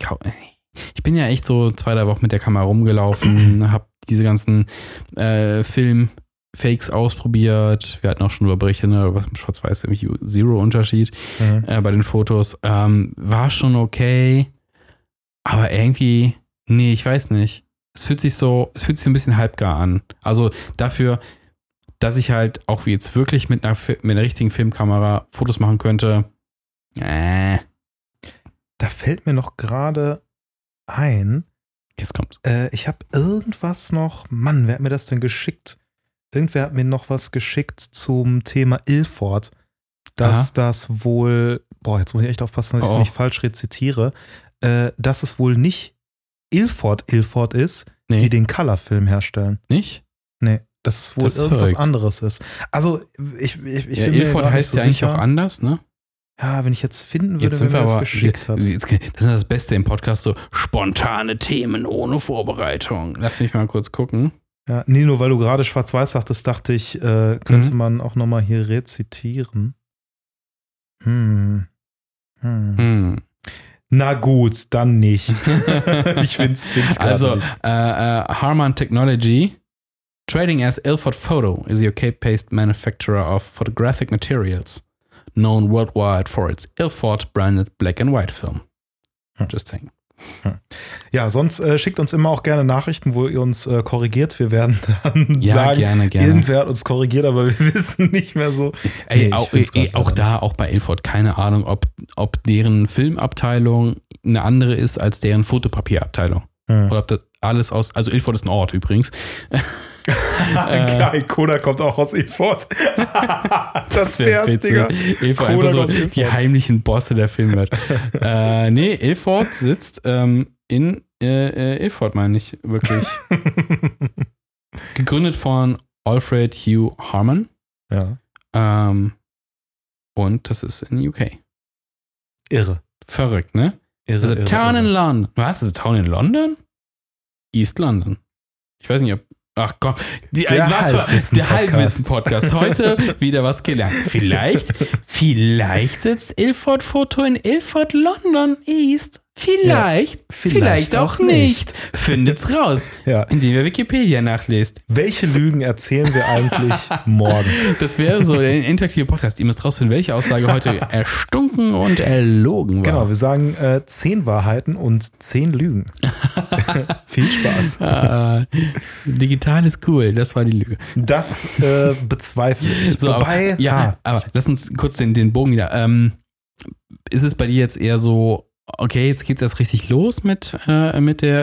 bin ja echt so 2-3 Wochen mit der Kamera rumgelaufen, habe diese ganzen Film-Fakes ausprobiert. Wir hatten auch schon über Berichte, was im Schwarz-Weiß irgendwie Zero-Unterschied bei den Fotos. War schon okay, aber irgendwie, ich weiß nicht. Es fühlt sich so ein bisschen halbgar an. Also dafür, dass ich halt auch wie jetzt wirklich mit einer richtigen Filmkamera Fotos machen könnte. Da fällt mir noch gerade ein. Jetzt kommt's. Ich habe irgendwas noch. Mann, wer hat mir das denn geschickt? Irgendwer hat mir noch was geschickt zum Thema Ilford. Dass das wohl. Jetzt muss ich echt aufpassen, dass ich es nicht falsch rezitiere. Dass es wohl nicht Ilford ist, die den Color-Film herstellen. Nicht? Nee, dass es wohl irgendwas verrückt. Anderes ist. Also, ich bin Ilford heißt ja eigentlich auch anders, ne? Ja, wenn ich jetzt finden würde, wer mir das geschickt hat. Das ist das Beste im Podcast, so spontane Themen ohne Vorbereitung. Lass mich mal kurz gucken. Ja, nur weil du gerade Schwarz-Weiß sagtest, dachte ich, könnte man auch nochmal hier rezitieren. Na gut, dann nicht. Ich find's Also, nicht. Harman Technology, trading as Ilford Photo, is a UK-based manufacturer of photographic materials, known worldwide for its Ilford-branded black and white film. Just saying. Ja, sonst schickt uns immer auch gerne Nachrichten, wo ihr uns korrigiert. Wir werden dann sagen, gerne. irgendwer hat uns korrigiert, aber wir wissen nicht mehr so. Auch bei Ilford, keine Ahnung, ob deren Filmabteilung eine andere ist als deren Fotopapierabteilung. Oder ob das alles also Ilford ist ein Ort übrigens. Geil, Koda kommt auch aus Ilford. Das wär's, Digga. Ilford, einfach so die heimlichen Bosse der Filmwelt. Nee, Ilford sitzt in Ilford, meine ich wirklich. Gegründet von Alfred Hugh Harman. Ja. Und das ist in UK. Irre. Verrückt, ne? Irre. Town in London. Was? Ist a town in London? East London. Ich weiß nicht, ob. Ach komm, der Halbwissen-Podcast. Heute wieder was gelernt. Vielleicht sitzt Ilford Photo in Ilford, London East. Vielleicht auch nicht. Findet's raus, indem ihr Wikipedia nachlest. Welche Lügen erzählen wir eigentlich morgen? Das wäre so ein interaktiver Podcast. Ihr müsst rausfinden, welche Aussage heute erstunken und erlogen war. Genau, wir sagen 10 Wahrheiten und 10 Lügen. Viel Spaß. Digital ist cool, das war die Lüge. Das bezweifle ich. So, wobei, aber lass uns kurz den Bogen wieder. Ist es bei dir jetzt eher so, okay, jetzt geht's erst richtig los mit der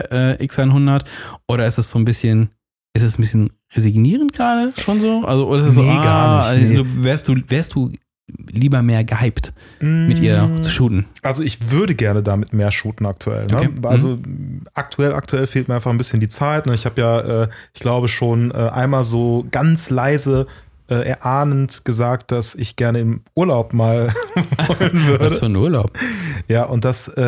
X100, oder ist es so ein bisschen resignierend gerade schon so? Also, oder ist es gar nicht. Nee. Wärst du lieber mehr gehypt, mit ihr zu shooten? Also ich würde gerne damit mehr shooten aktuell. Ne? Okay. Also aktuell fehlt mir einfach ein bisschen die Zeit. Ne? Ich habe ja, ich glaube schon einmal so ganz leise erahnend gesagt, dass ich gerne im Urlaub mal wollen würde. Was für ein Urlaub? Ja, und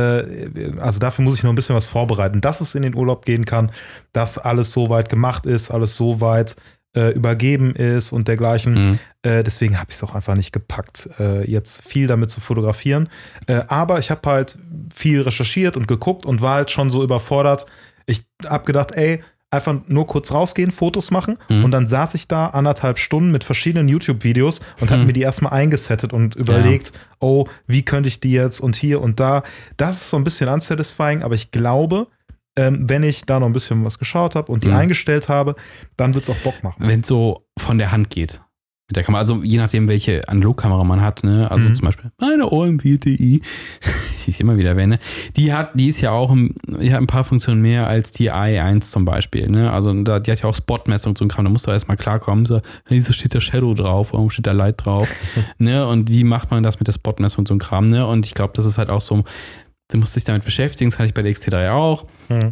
also dafür muss ich noch ein bisschen was vorbereiten, dass es in den Urlaub gehen kann, dass alles so weit gemacht ist, alles so weit übergeben ist und dergleichen. Deswegen habe ich es auch einfach nicht gepackt, jetzt viel damit zu fotografieren. Aber ich habe halt viel recherchiert und geguckt und war halt schon so überfordert. Ich habe gedacht, einfach nur kurz rausgehen, Fotos machen und dann saß ich da 1,5 Stunden mit verschiedenen YouTube-Videos und habe mir die erstmal eingesettet und überlegt, wie könnte ich die jetzt und hier und da. Das ist so ein bisschen unsatisfying, aber ich glaube, wenn ich da noch ein bisschen was geschaut habe und die eingestellt habe, dann wird es auch Bock machen. Wenn es so von der Hand geht mit der Kamera, also je nachdem, welche Analogkamera man hat, ne, also zum Beispiel eine OM4DI, die ich immer wieder erwähne, die ist ja auch, die hat ein paar Funktionen mehr als die i1 zum Beispiel, ne, also die hat ja auch Spotmessung, so ein Kram, da musst du erstmal klarkommen, so, wieso steht da Shadow drauf, warum steht da Light drauf, ne, und wie macht man das mit der Spotmessung, so ein Kram, ne, und ich glaube, das ist halt auch so, du musst dich damit beschäftigen, das hatte ich bei der XT3 auch.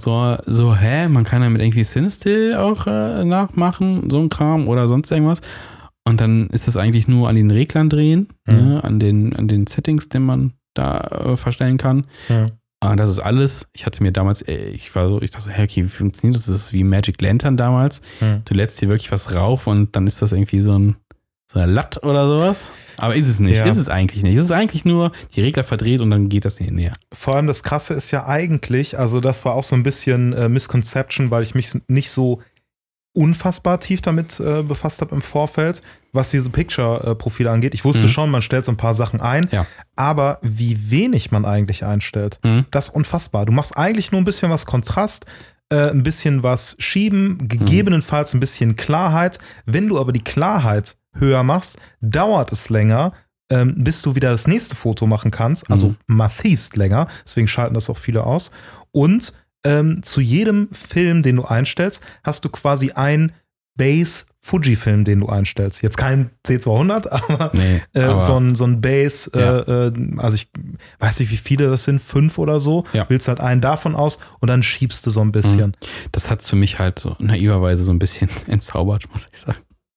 Man kann damit irgendwie Cinestill auch nachmachen, so ein Kram oder sonst irgendwas. Und dann ist das eigentlich nur an den Reglern drehen, ne, an den Settings, den man da verstellen kann. Das ist alles. Ich hatte mir damals, ich dachte so, okay, wie funktioniert das? Das ist wie Magic Lantern damals. Du lädst hier wirklich was rauf und dann ist das irgendwie so eine Latt oder sowas. Aber ist es nicht. Ja. Ist es eigentlich nicht. Es ist eigentlich nur die Regler verdreht und dann geht das in die Nähe. Vor allem das Krasse ist ja eigentlich, also das war auch so ein bisschen Misconception, weil ich mich nicht so unfassbar tief damit befasst habe im Vorfeld, was diese Picture-Profile angeht. Ich wusste schon, man stellt so ein paar Sachen ein, aber wie wenig man eigentlich einstellt, das ist unfassbar. Du machst eigentlich nur ein bisschen was Kontrast, ein bisschen was schieben, gegebenenfalls ein bisschen Klarheit. Wenn du aber die Klarheit höher machst, dauert es länger, bis du wieder das nächste Foto machen kannst, also massivst länger, deswegen schalten das auch viele aus. Und zu jedem Film, den du einstellst, hast du quasi einen Base-Fuji-Film, den du einstellst. Jetzt kein C200, aber, so ein Base, also ich weiß nicht, wie viele das sind, 5 oder so, wählst halt einen davon aus und dann schiebst du so ein bisschen. Das hat es für mich halt so naiverweise so ein bisschen entzaubert, muss ich sagen.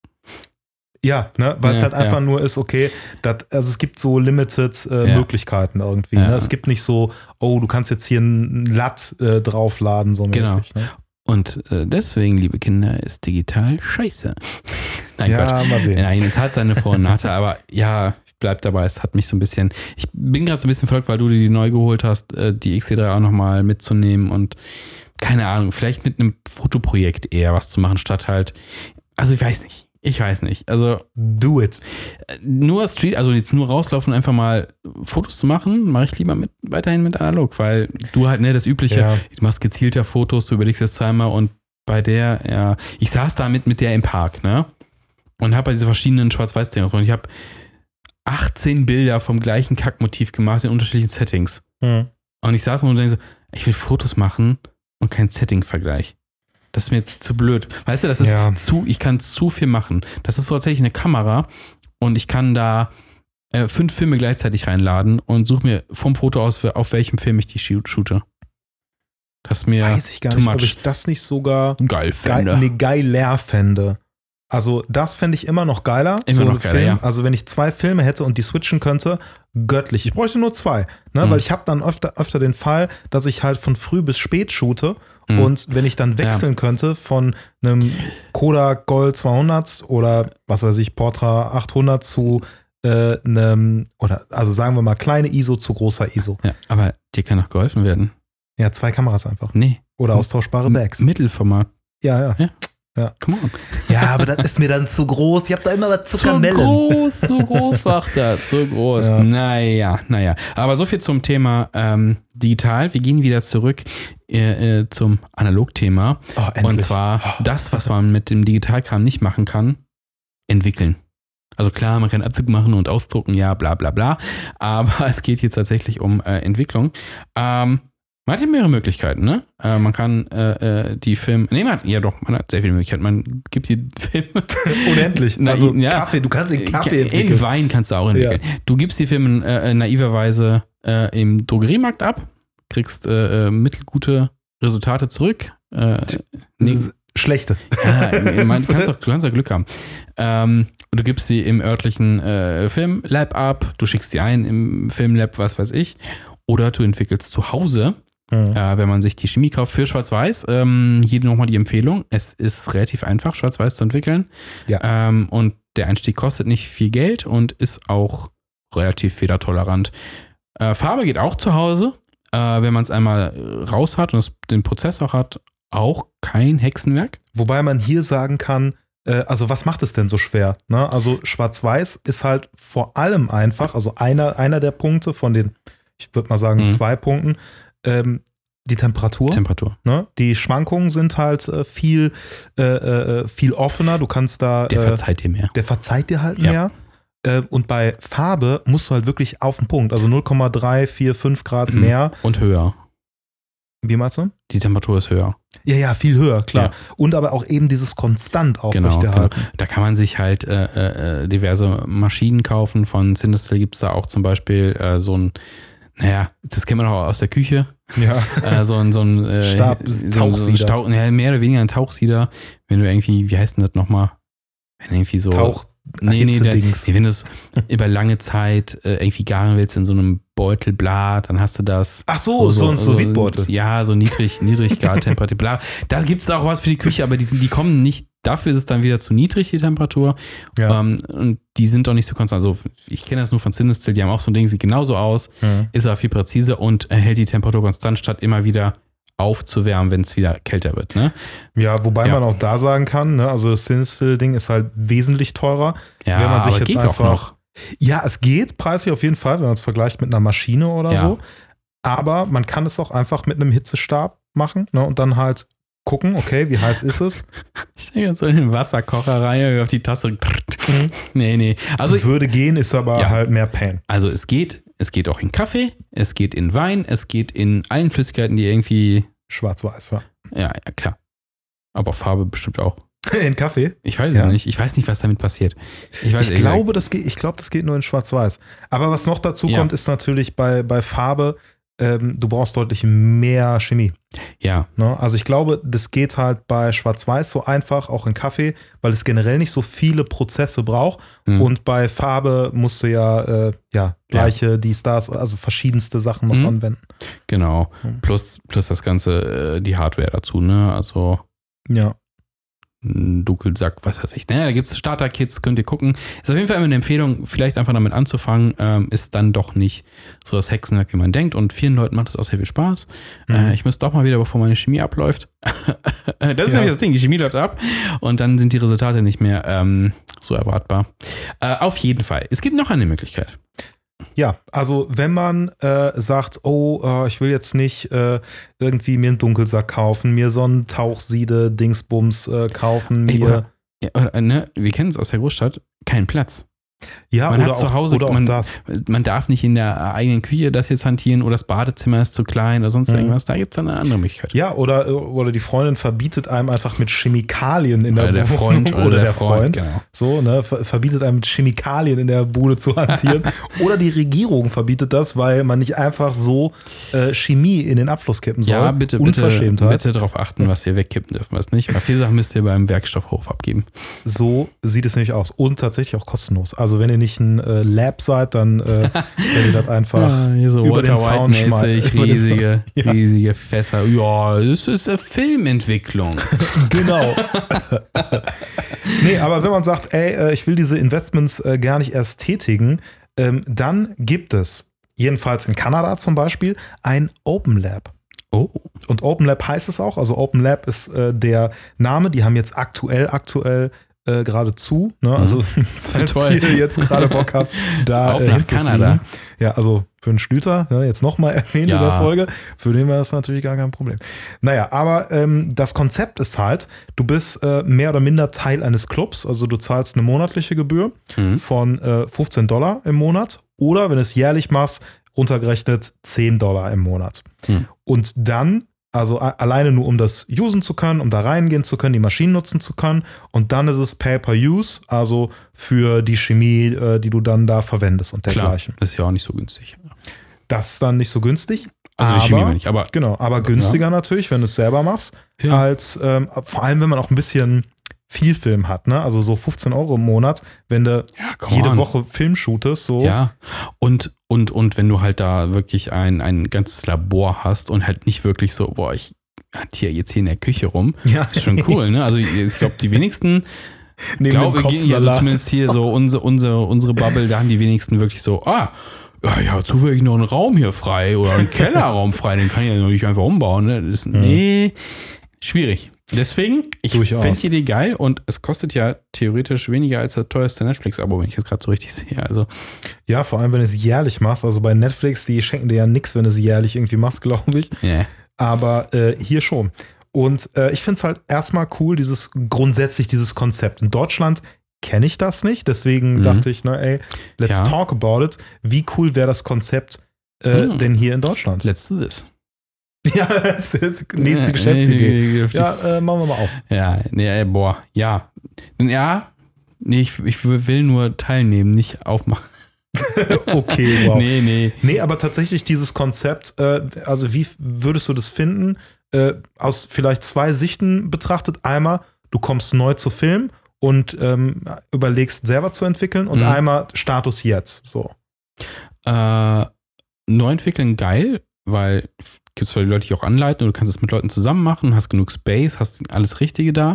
Ja, ne, weil es halt einfach nur ist, okay, also es gibt so limited Möglichkeiten irgendwie. Ne? Es gibt nicht so, du kannst jetzt hier ein LUT draufladen, so mäßig. Ne? Und deswegen, liebe Kinder, ist digital scheiße. Nein, Quatsch. Mal sehen. Nein, es hat seine Vor- und Nachteile, aber ja, bleib dabei, es hat mich so ein bisschen, ich bin gerade so ein bisschen verrückt, weil du dir die neu geholt hast, die XT3 auch nochmal mitzunehmen und keine Ahnung, vielleicht mit einem Fotoprojekt eher was zu machen, statt halt, also ich weiß nicht, also do it. Nur Street, also jetzt nur rauslaufen und einfach mal Fotos zu machen, mache ich lieber weiterhin mit analog, weil du halt, ne, das Übliche, du machst gezielter Fotos, du überlegst das zweimal und bei der, ja, ich saß da mit der im Park, ne, und habe diese verschiedenen Schwarz-Weiß-Dinger und ich habe 18 Bilder vom gleichen Kackmotiv gemacht in unterschiedlichen Settings. Und ich saß und denke so, ich will Fotos machen und kein Setting-Vergleich. Das ist mir jetzt zu blöd. Weißt du, das ist ich kann zu viel machen. Das ist so tatsächlich eine Kamera und ich kann da 5 Filme gleichzeitig reinladen und suche mir vom Foto aus, auf welchem Film ich die shoote. Das ist mir weiß ich gar nicht, ob ich das nicht sogar geil fände. Geiler fände. Also das fände ich immer noch geiler. Immer noch geiler, ja. Also wenn ich 2 Filme hätte und die switchen könnte, göttlich. Ich bräuchte nur 2, ne? Weil ich habe dann öfter den Fall, dass ich halt von früh bis spät shoote. Und wenn ich dann wechseln könnte von einem Kodak Gold 200 oder was weiß ich, Portra 800 zu einem, oder also sagen wir mal kleine ISO zu großer ISO. Ja, aber dir kann auch geholfen werden. Ja, 2 Kameras einfach. Nee. Oder austauschbare Bags. Mittelformat. Ja. Come on. Ja, aber das ist mir dann zu groß. Ich habe da immer was zu Kamellen. Zu groß, sagt er. Zu groß. Ja. Naja. Aber so viel zum Thema digital. Wir gehen wieder zurück zum Analogthema. Und zwar das, was man mit dem Digitalkram nicht machen kann, entwickeln. Also klar, man kann Abzug machen und ausdrucken, ja, bla bla bla. Aber es geht jetzt tatsächlich um Entwicklung. Man hat ja mehrere Möglichkeiten, ne? Man kann die Filme, man hat sehr viele Möglichkeiten. Man gibt die Filme unendlich. Also Kaffee, du kannst den Kaffee entwickeln. In Wein kannst du auch entwickeln. Ja. Du gibst die Filme naiverweise im Drogeriemarkt ab, kriegst mittelgute Resultate zurück. Schlechte. Ja, du kannst auch Glück haben. Du gibst sie im örtlichen Filmlab ab, du schickst sie ein im Filmlab, was weiß ich. Oder du entwickelst zu Hause, wenn man sich die Chemie kauft für Schwarz-Weiß. Hier nochmal die Empfehlung. Es ist relativ einfach, Schwarz-Weiß zu entwickeln. Ja. Und der Einstieg kostet nicht viel Geld und ist auch relativ fehlertolerant. Farbe geht auch zu Hause, wenn man es einmal raus hat und den Prozess auch hat. Auch kein Hexenwerk. Wobei man hier sagen kann, also was macht es denn so schwer? Ne? Also Schwarz-Weiß ist halt vor allem einfach, also einer der Punkte von den, ich würde mal sagen 2 Punkten, die Temperatur. Ne? Die Schwankungen sind halt viel offener. Du kannst da. Der verzeiht dir mehr. Der verzeiht dir halt mehr. Und bei Farbe musst du halt wirklich auf den Punkt. Also 0,345 Grad mehr. Und höher. Wie meinst du? Die Temperatur ist höher. Ja, viel höher, klar. Ja. Und aber auch eben dieses konstant aufrechterhalten. Genau. Da kann man sich halt diverse Maschinen kaufen. Von Cinestill gibt es da auch zum Beispiel so ein, das kennt man auch aus der Küche. Ja. so ein Tauchsieder. Mehr oder weniger ein Tauchsieder. Wenn du irgendwie, wie heißt denn das nochmal? Wenn irgendwie so. Wenn du es über lange Zeit irgendwie garen willst in so einem Beutel, bla, dann hast du das. Ach so, so ein Sous-Vide-Beutel. Ja, so Niedriggartemperatur, bla. Da gibt es auch was für die Küche, aber die kommen nicht, dafür ist es dann wieder zu niedrig, die Temperatur. Ja. Und die sind auch nicht so konstant. Also ich kenne das nur von Cinestill, die haben auch so ein Ding, sieht genauso aus, ist aber viel präziser und hält die Temperatur konstant, statt immer wieder aufzuwärmen, wenn es wieder kälter wird. Ne? Ja, wobei man auch da sagen kann, ne, also das Cinestill-Ding ist halt wesentlich teurer. Ja, wenn man sich aber jetzt geht einfach, auch noch. Ja, es geht preislich auf jeden Fall, wenn man es vergleicht mit einer Maschine oder so. Aber man kann es auch einfach mit einem Hitzestab machen, ne, und dann halt gucken, okay, wie heiß ist es? Ich denke so in den Wasserkocher rein, auf die Tasse. Nee. Also würde gehen, ist aber halt mehr Pain. Also es geht auch in Kaffee, es geht in Wein, es geht in allen Flüssigkeiten, die irgendwie schwarz-weiß war. Ja, klar. Aber Farbe bestimmt auch. In Kaffee? Ich weiß es nicht. Ich weiß nicht, was damit passiert. Ich glaube, das geht nur in schwarz-weiß. Aber was noch dazu kommt, ist natürlich bei Farbe, du brauchst deutlich mehr Chemie. Ja. Ne? Also ich glaube, das geht halt bei Schwarz-Weiß so einfach, auch in Kaffee, weil es generell nicht so viele Prozesse braucht. Und bei Farbe musst du gleiche, dies, das, also verschiedenste Sachen noch anwenden. Genau. Plus das Ganze, die Hardware dazu, ne? Also. Ja. ein Dunkelsack, was weiß ich. Naja, da gibt es Starter-Kits, könnt ihr gucken. Ist auf jeden Fall immer eine Empfehlung, vielleicht einfach damit anzufangen. Ist dann doch nicht so das Hexenwerk, wie man denkt. Und vielen Leuten macht das auch sehr viel Spaß. Ich muss doch mal wieder, bevor meine Chemie abläuft. Das ist nämlich das Ding, die Chemie läuft ab. Und dann sind die Resultate nicht mehr so erwartbar. Auf jeden Fall. Es gibt noch eine Möglichkeit. Ja, also wenn man sagt, ich will jetzt nicht irgendwie mir einen Dunkelsack kaufen, mir so einen Tauchsiede-Dingsbums kaufen, wir kennen es aus der Großstadt, keinen Platz. Ja, man oder hat zu Hause, man darf nicht in der eigenen Küche das jetzt hantieren oder das Badezimmer ist zu klein oder sonst irgendwas. Da gibt es dann eine andere Möglichkeit. Ja, oder die Freundin verbietet einem einfach mit Chemikalien in der Bude. Oder der Freund. Genau. So, ne, verbietet einem mit Chemikalien in der Bude zu hantieren. Oder die Regierung verbietet das, weil man nicht einfach so Chemie in den Abfluss kippen soll. Ja, bitte darauf achten, was ihr wegkippen dürft, was nicht. Weil viele Sachen müsst ihr beim Werkstoffhof abgeben. So sieht es nämlich aus. Und tatsächlich auch kostenlos. Also wenn ihr nicht ein Lab seid, dann werdet ihr das einfach so über den Zaun schmeißen. Riesige Fässer. Ja, das ist eine Filmentwicklung. Genau. Nee, aber wenn man sagt, ich will diese Investments gar nicht erst tätigen, dann gibt es, jedenfalls in Kanada zum Beispiel, ein Open Lab. Oh. Und Open Lab heißt es auch. Also Open Lab ist der Name. Die haben jetzt aktuell gerade zu, ne? Also falls ihr jetzt gerade Bock habt, da auf nach Kanada. Ja, also für einen Schlüter, ne, jetzt nochmal erwähnt in der Folge, für den wäre das natürlich gar kein Problem. Naja, aber das Konzept ist halt, du bist mehr oder minder Teil eines Clubs, also du zahlst eine monatliche Gebühr von $15 im Monat oder wenn du es jährlich machst, runtergerechnet $10 im Monat. Und dann also alleine nur, um das usen zu können, um da reingehen zu können, die Maschinen nutzen zu können. Und dann ist es Pay-per-Use, also für die Chemie, die du dann da verwendest und dergleichen. Klar, das ist ja auch nicht so günstig. Das ist dann nicht so günstig. Also die Chemie meine ich, aber... Genau, aber günstiger natürlich, wenn du es selber machst, als vor allem, wenn man auch ein bisschen viel Film hat, ne? Also so 15 € im Monat, wenn du jede Woche Film shootest, so. Ja, und wenn du halt da wirklich ein ganzes Labor hast und halt nicht wirklich so, ich hantiere jetzt hier in der Küche rum, ist schon cool, ne? Also ich glaube, die wenigsten, also zumindest hier so unsere Bubble, da haben die wenigsten wirklich so, zufällig noch einen Raum hier frei oder einen Kellerraum frei, den kann ich ja noch nicht einfach umbauen, ne? Das ist, nee, schwierig. Deswegen, ich finde die Idee geil und es kostet ja theoretisch weniger als das teuerste Netflix-Abo, wenn ich das gerade so richtig sehe. Also. Ja, vor allem, wenn du es jährlich machst. Also bei Netflix, die schenken dir ja nichts, wenn du es jährlich irgendwie machst, glaube ich. Yeah. Aber hier schon. Und ich finde es halt erstmal cool, grundsätzlich dieses Konzept. In Deutschland kenne ich das nicht, deswegen dachte ich, let's talk about it. Wie cool wäre das Konzept denn hier in Deutschland? Let's do this. Ja, das ist die nächste Geschäftsidee. Ja, machen wir mal auf. Ich will nur teilnehmen, nicht aufmachen. Okay, wow. Nee, aber tatsächlich dieses Konzept, also wie würdest du das finden? Aus vielleicht zwei Sichten betrachtet. Einmal, du kommst neu zu Film und überlegst selber zu entwickeln und einmal Status jetzt. So. Neu entwickeln geil, weil gibt es die Leute, die auch anleiten oder du kannst es mit Leuten zusammen machen, hast genug Space, hast alles Richtige da.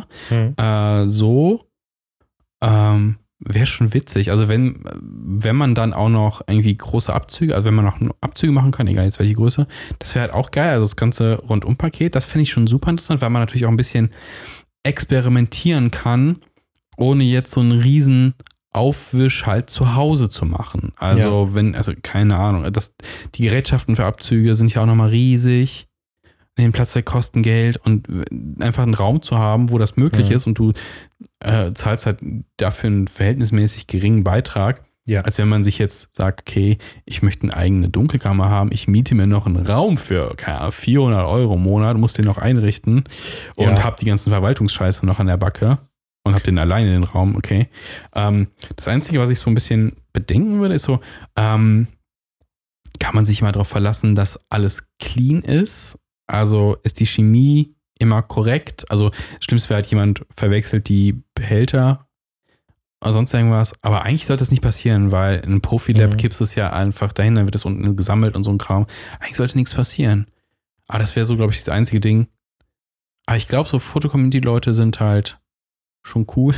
Wäre schon witzig. Also wenn man dann auch noch irgendwie große Abzüge, also wenn man noch Abzüge machen kann, egal jetzt welche Größe, das wäre halt auch geil. Also das ganze Rundum-Paket, das fände ich schon super interessant, weil man natürlich auch ein bisschen experimentieren kann, ohne jetzt so einen riesen Aufwisch halt zu Hause zu machen. Also keine Ahnung, die Gerätschaften für Abzüge sind ja auch nochmal riesig, den Platz weg kosten Geld und einfach einen Raum zu haben, wo das möglich ist und du zahlst halt dafür einen verhältnismäßig geringen Beitrag, als wenn man sich jetzt sagt, okay, ich möchte eine eigene Dunkelkammer haben, ich miete mir noch einen Raum für 400 € im Monat, muss den noch einrichten und habe die ganzen Verwaltungsscheiße noch an der Backe. Und hab den alleine in den Raum, okay. Das Einzige, was ich so ein bisschen bedenken würde, ist so, kann man sich mal darauf verlassen, dass alles clean ist? Also ist die Chemie immer korrekt? Also das Schlimmste wäre halt, jemand verwechselt die Behälter oder sonst irgendwas. Aber eigentlich sollte das nicht passieren, weil in einem Profi-Lab kippst du es ja einfach dahin, dann wird das unten gesammelt und so ein Kram. Eigentlich sollte nichts passieren. Aber das wäre so, glaube ich, das einzige Ding. Aber ich glaube, so Foto-Community-Leute sind halt schon cool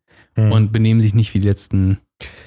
und benehmen sich nicht wie die letzten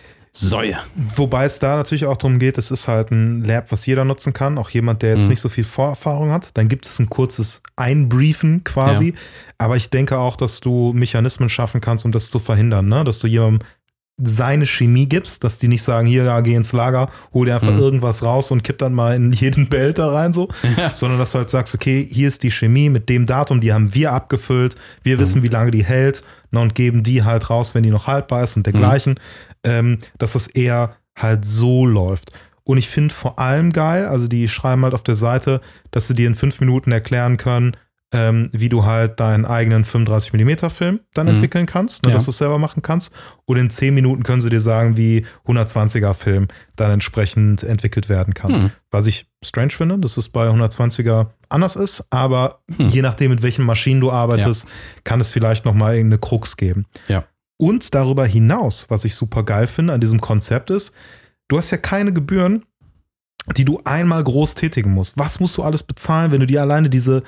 Säue. Wobei es da natürlich auch darum geht, es ist halt ein Lab, was jeder nutzen kann, auch jemand, der jetzt nicht so viel Vorerfahrung hat. Dann gibt es ein kurzes Einbriefen quasi. Ja. Aber ich denke auch, dass du Mechanismen schaffen kannst, um das zu verhindern, ne? Dass du jemandem seine Chemie gibst, dass die nicht sagen, hier, ja, geh ins Lager, hol dir einfach irgendwas raus und kipp dann mal in jeden Behälter rein, so. Sondern dass du halt sagst, okay, hier ist die Chemie mit dem Datum, die haben wir abgefüllt, wir wissen, wie lange die hält, ne, und geben die halt raus, wenn die noch haltbar ist und dergleichen. Dass das eher halt so läuft. Und ich finde vor allem geil, also die schreiben halt auf der Seite, dass sie dir in 5 Minuten erklären können, wie du halt deinen eigenen 35mm Film dann entwickeln kannst, ne, dass du es selber machen kannst. Und in 10 Minuten können sie dir sagen, wie 120er Film dann entsprechend entwickelt werden kann. Was ich strange finde, dass es bei 120er anders ist, aber je nachdem, mit welchen Maschinen du arbeitest, kann es vielleicht nochmal irgendeine Krux geben. Ja. Und darüber hinaus, was ich super geil finde an diesem Konzept ist, du hast ja keine Gebühren, die du einmal groß tätigen musst. Was musst du alles bezahlen, wenn du dir alleine diese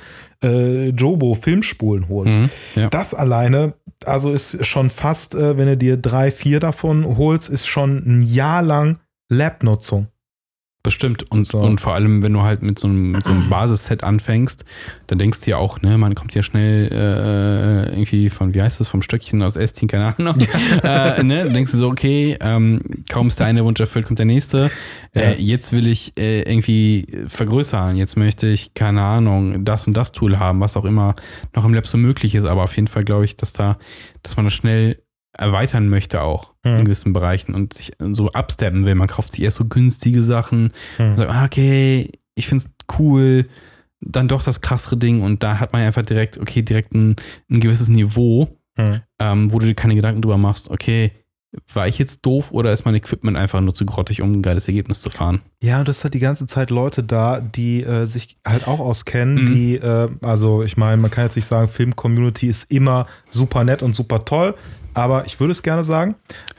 Jobo-Filmspulen holst? Das alleine, also ist schon fast, wenn du dir 3, 4 davon holst, ist schon ein Jahr lang Lab-Nutzung. Bestimmt. Und vor allem, wenn du halt mit so einem Basisset anfängst, dann denkst du ja auch, ne, man kommt ja schnell irgendwie von, wie heißt das, vom Stöckchen aus Estin, keine Ahnung. Ne, dann denkst du so, okay, kaum ist der eine Wunsch erfüllt, kommt der nächste. Jetzt will ich irgendwie vergrößern. Jetzt möchte ich, keine Ahnung, das und das Tool haben, was auch immer noch im Lab so möglich ist. Aber auf jeden Fall glaube ich, dass man das schnell erweitern möchte auch in gewissen Bereichen und sich so absteppen will. Man kauft sich erst so günstige Sachen und sagt, okay, ich finde es cool, dann doch das krassere Ding und da hat man einfach direkt ein gewisses Niveau, wo du dir keine Gedanken drüber machst, okay, war ich jetzt doof oder ist mein Equipment einfach nur zu grottig, um ein geiles Ergebnis zu fahren? Ja, und das hat die ganze Zeit Leute da, die sich halt auch auskennen, die, also ich meine, man kann jetzt nicht sagen, Film-Community ist immer super nett und super toll, aber ich würde es gerne sagen.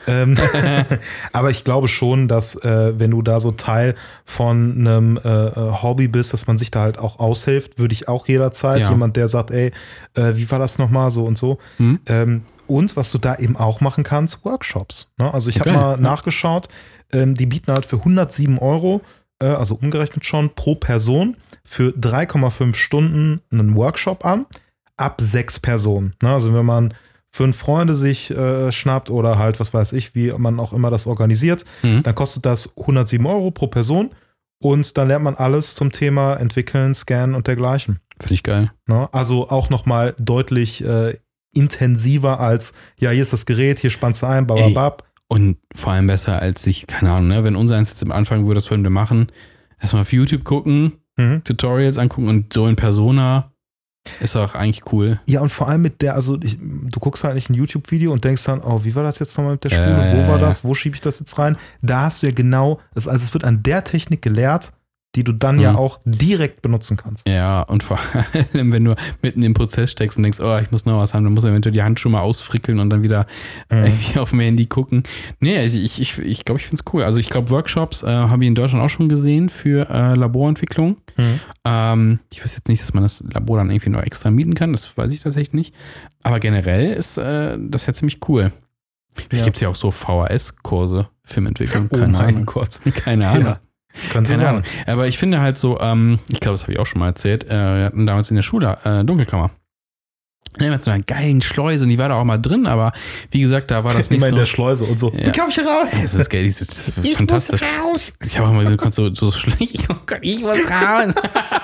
Aber ich glaube schon, dass wenn du da so Teil von einem Hobby bist, dass man sich da halt auch aushilft, würde ich auch jederzeit. Ja. Jemand, der sagt, ey, wie war das nochmal, so und so. Und was du da eben auch machen kannst, Workshops. Ne? Also ich habe mal nachgeschaut, die bieten halt für 107 €, also umgerechnet schon, pro Person für 3,5 Stunden einen Workshop an, ab 6 Personen. Ne? Also wenn man 5 Freunde sich schnappt oder halt, was weiß ich, wie man auch immer das organisiert, dann kostet das 107 € pro Person und dann lernt man alles zum Thema Entwickeln, Scannen und dergleichen. Finde ich geil. Ne? Also auch nochmal deutlich intensiver als, ja, hier ist das Gerät, hier spannst du ein, bababab. Und vor allem besser als sich, keine Ahnung, ne, wenn unser eins jetzt am Anfang würde, das würden wir machen, erstmal auf YouTube gucken, Tutorials angucken und so in Persona ist auch eigentlich cool. Ja, und vor allem mit der, also du guckst halt nicht ein YouTube-Video und denkst dann, oh, wie war das jetzt nochmal mit der Spule, wo war das, wo schiebe ich das jetzt rein? Da hast du ja genau, also es wird an der Technik gelehrt, die du dann ja auch direkt benutzen kannst. Ja, und vor allem, wenn du mitten im Prozess steckst und denkst, oh, ich muss noch was haben, dann musst du eventuell die Handschuhe mal ausfrickeln und dann wieder irgendwie auf dem Handy gucken. Nee, also ich glaube, ich finde es cool. Also ich glaube, Workshops habe ich in Deutschland auch schon gesehen für Laborentwicklung. Ich wüsste jetzt nicht, dass man das Labor dann irgendwie noch extra mieten kann, das weiß ich tatsächlich nicht. Aber generell ist das ja ziemlich cool. Vielleicht gibt es ja auch so VHS-Kurse, Filmentwicklung. Keine Ahnung. Gott. Keine Ahnung. Ja. Keine Ahnung. Aber ich finde halt so, ich glaube, das habe ich auch schon mal erzählt, wir hatten damals in der Schule Dunkelkammer. Ja, mit so einer geilen Schleuse und die war da auch mal drin, aber wie gesagt, da war das nicht immer so. in der Schleuse und so. Ja. Wie komme ich hier raus? Das ist geil, das ist fantastisch. Ich muss raus. Ich habe auch mal so schlecht, oh Gott, ich muss raus.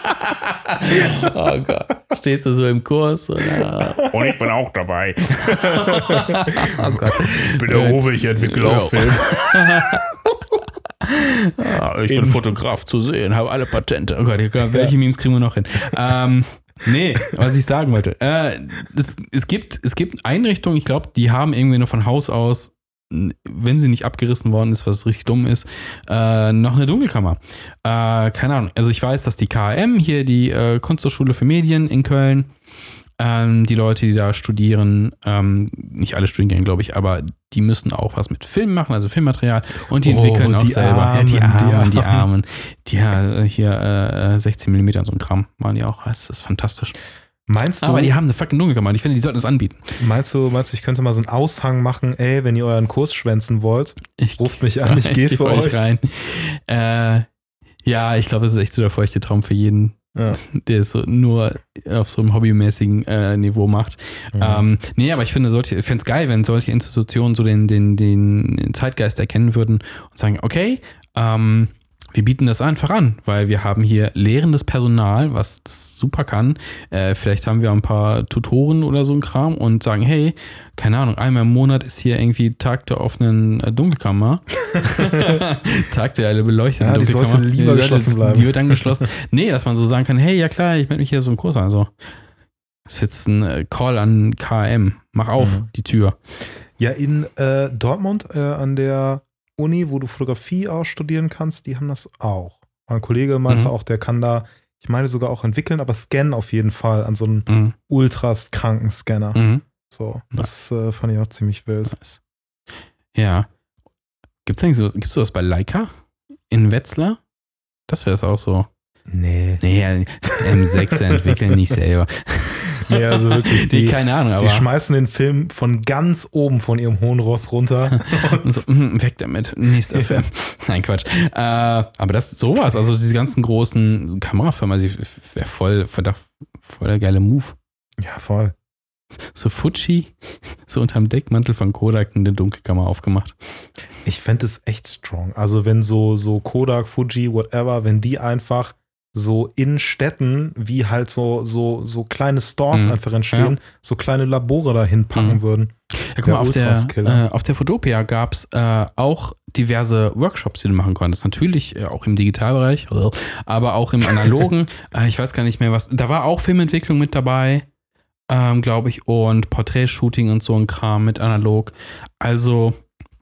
Oh Gott, stehst du so im Kurs oder? Und ich bin auch dabei. Oh Gott. Ich bin der Uwe, ich entwickle auch Film. Ja, ich bin Fotograf zu sehen, habe alle Patente. Oh Gott, welche Memes kriegen wir noch hin? Nee, was ich sagen wollte. Es gibt Einrichtungen, ich glaube, die haben irgendwie nur von Haus aus, wenn sie nicht abgerissen worden ist, was richtig dumm ist, noch eine Dunkelkammer. Keine Ahnung. Also ich weiß, dass die KM, hier die Kunsthochschule für Medien in Köln, die Leute, die da studieren, nicht alle studieren, glaube ich, aber die müssen auch was mit Film machen, also Filmmaterial, und die entwickeln auch selber. Die Armen. Die hier 16 mm so ein Kram machen die auch. Das ist fantastisch. Meinst du? Aber die haben eine fucking Dunkelkammer. Ich finde, die sollten das anbieten. Meinst du, ich könnte mal so einen Aushang machen, ey, wenn ihr euren Kurs schwänzen wollt, ruft mich an, ich gehe für euch rein. Ja, ich glaube, das ist echt so der feuchte Traum für jeden, der es so nur auf so einem hobbymäßigen Niveau macht. Nee, aber ich finde, ich fände es geil, wenn solche Institutionen so den Zeitgeist erkennen würden und sagen, okay, wir bieten das einfach an, weil wir haben hier lehrendes Personal, was das super kann. Vielleicht haben wir ein paar Tutoren oder so ein Kram und sagen, hey, keine Ahnung, einmal im Monat ist hier irgendwie Tag der offenen Dunkelkammer. Tag der beleuchteten Dunkelkammer. Die sollte lieber geschlossen bleiben. Die wird dann geschlossen. Nee, dass man so sagen kann, hey, ja klar, ich melde mich hier so einen Kurs an. Also, das ist jetzt ein Call an KM. Mach auf, die Tür. Ja, in Dortmund an der Uni, wo du Fotografie auch studieren kannst, die haben das auch. Mein Kollege meinte auch, der kann da, ich meine sogar auch entwickeln, aber scannen auf jeden Fall an so einen ultras kranken Scanner. So, das fand ich auch ziemlich wild. Nice. Ja. Gibt's sowas bei Leica in Wetzlar? Das wäre es auch so. Nee, M6 entwickeln nicht selber. Nee, also wirklich, keine Ahnung, aber die schmeißen den Film von ganz oben von ihrem hohen Ross runter. und so, weg damit. Nächster Film. Nein, Quatsch. Aber das ist sowas, also diese ganzen großen Kamerafirmen, also wäre voll der geile Move. Ja, voll. So Fuji, so unterm Deckmantel von Kodak eine Dunkelkammer aufgemacht. Ich fände es echt strong. Also wenn so Kodak, Fuji, whatever, wenn die einfach so in Städten, wie halt so kleine Stores einfach entstehen, so kleine Labore dahin packen würden. Ja, guck mal, auf der Fotopia gab es auch diverse Workshops, die du machen konntest. Natürlich auch im Digitalbereich, aber auch im Analogen. Ich weiß gar nicht mehr was. Da war auch Filmentwicklung mit dabei, glaube ich, und Porträtshooting und so ein Kram mit analog. Also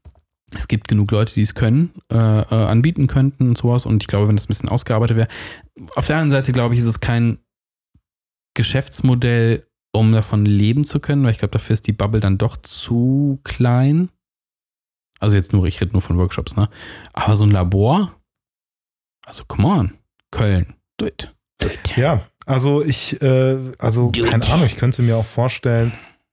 es gibt genug Leute, die es können, anbieten könnten und sowas. Und ich glaube, wenn das ein bisschen ausgearbeitet wäre. Auf der anderen Seite, glaube ich, ist es kein Geschäftsmodell, um davon leben zu können, weil ich glaube, dafür ist die Bubble dann doch zu klein. Also ich rede nur von Workshops, ne? Aber so ein Labor, also come on, Köln, do it. Ja, also keine Ahnung, ich könnte mir auch vorstellen,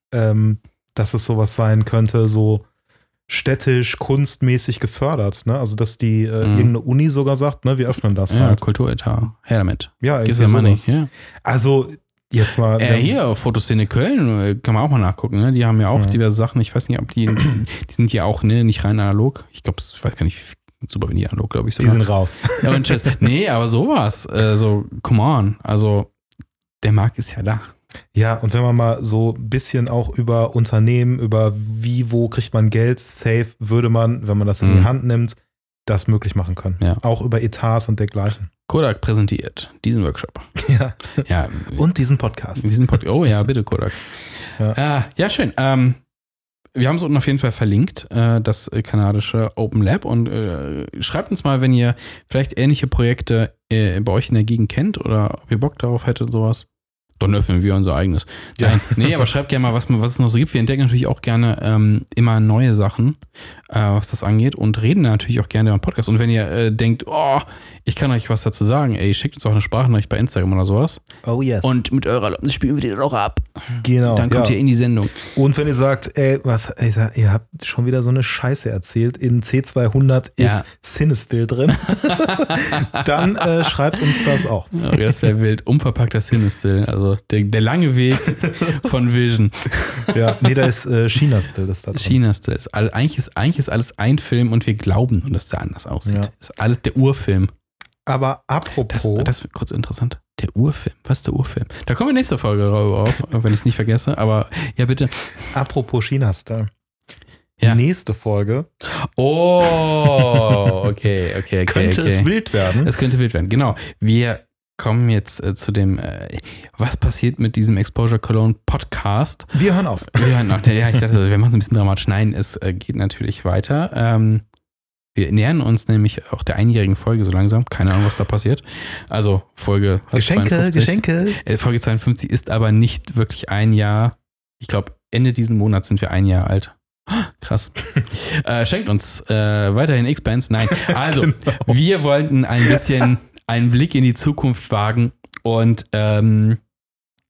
dass es sowas sein könnte, so städtisch, kunstmäßig gefördert, ne? Also, dass die irgendeine Uni sogar sagt, ne, wir öffnen das ja, halt. Kulturetat, her damit. Ja, gibt's ja Money, ja. Also, jetzt mal. Hier, Fotoszene Köln, kann man auch mal nachgucken, ne? Die haben ja auch diverse Sachen, ich weiß nicht, ob die sind ja auch, ne, nicht rein analog. Ich weiß gar nicht, super wenig analog, glaube ich sogar. Die sind raus. Ja, und tschüss. Nee, aber sowas, so, come on, also, der Markt ist ja da. Ja, und wenn man mal so ein bisschen auch über Unternehmen, über wo kriegt man Geld, safe, würde man, wenn man das in die Hand nimmt, das möglich machen können. Ja. Auch über Etats und dergleichen. Kodak präsentiert diesen Workshop. Ja. Und diesen Podcast. Oh ja, bitte Kodak. Ja, schön. Wir haben es unten auf jeden Fall verlinkt, das kanadische Open Lab. Und schreibt uns mal, wenn ihr vielleicht ähnliche Projekte bei euch in der Gegend kennt oder ob ihr Bock darauf hättet, sowas. Dann öffnen wir unser eigenes. Ja. Nee, aber schreibt gerne mal, was es noch so gibt. Wir entdecken natürlich auch gerne immer neue Sachen, was das angeht und reden natürlich auch gerne über den Podcast. Und wenn ihr denkt, ich kann euch was dazu sagen, schickt uns auch eine Sprachnachricht bei Instagram oder sowas. Oh yes. Und mit eurer Erlaubnis spielen wir die dann auch ab. Genau. Dann kommt ihr in die Sendung. Und wenn ihr sagt, ihr habt schon wieder so eine Scheiße erzählt, in C200 ist Cinestill drin, dann schreibt uns das auch. Okay, das wäre wild. Unverpackter Cinestill. Also der lange Weg von Vision. Ja, nee, da ist China-Still. China-Still. Eigentlich ist alles ein Film und wir glauben nur, dass der anders aussieht. Ja. Ist alles der Urfilm. Aber apropos. Das wird kurz interessant. Der Urfilm. Was ist der Urfilm? Da kommen wir nächste Folge drauf, wenn ich es nicht vergesse. Aber ja, bitte. Apropos China-Still. Ja. Nächste Folge. Oh, okay. Könnte es wild werden? Es könnte wild werden, genau. Wir kommen jetzt zu dem, was passiert mit diesem Exposure Cologne Podcast? Wir hören auf. Ja, ich dachte, wir machen es ein bisschen dramatisch. Nein, es geht natürlich weiter. Wir nähern uns nämlich auch der einjährigen Folge so langsam. Keine Ahnung, was da passiert. Also Folge 52. Geschenke. Folge 52 ist aber nicht wirklich ein Jahr. Ich glaube, Ende diesen Monats sind wir ein Jahr alt. Krass. Schenkt uns weiterhin X-Bands. Nein, also genau. Wir wollten ein bisschen einen Blick in die Zukunft wagen und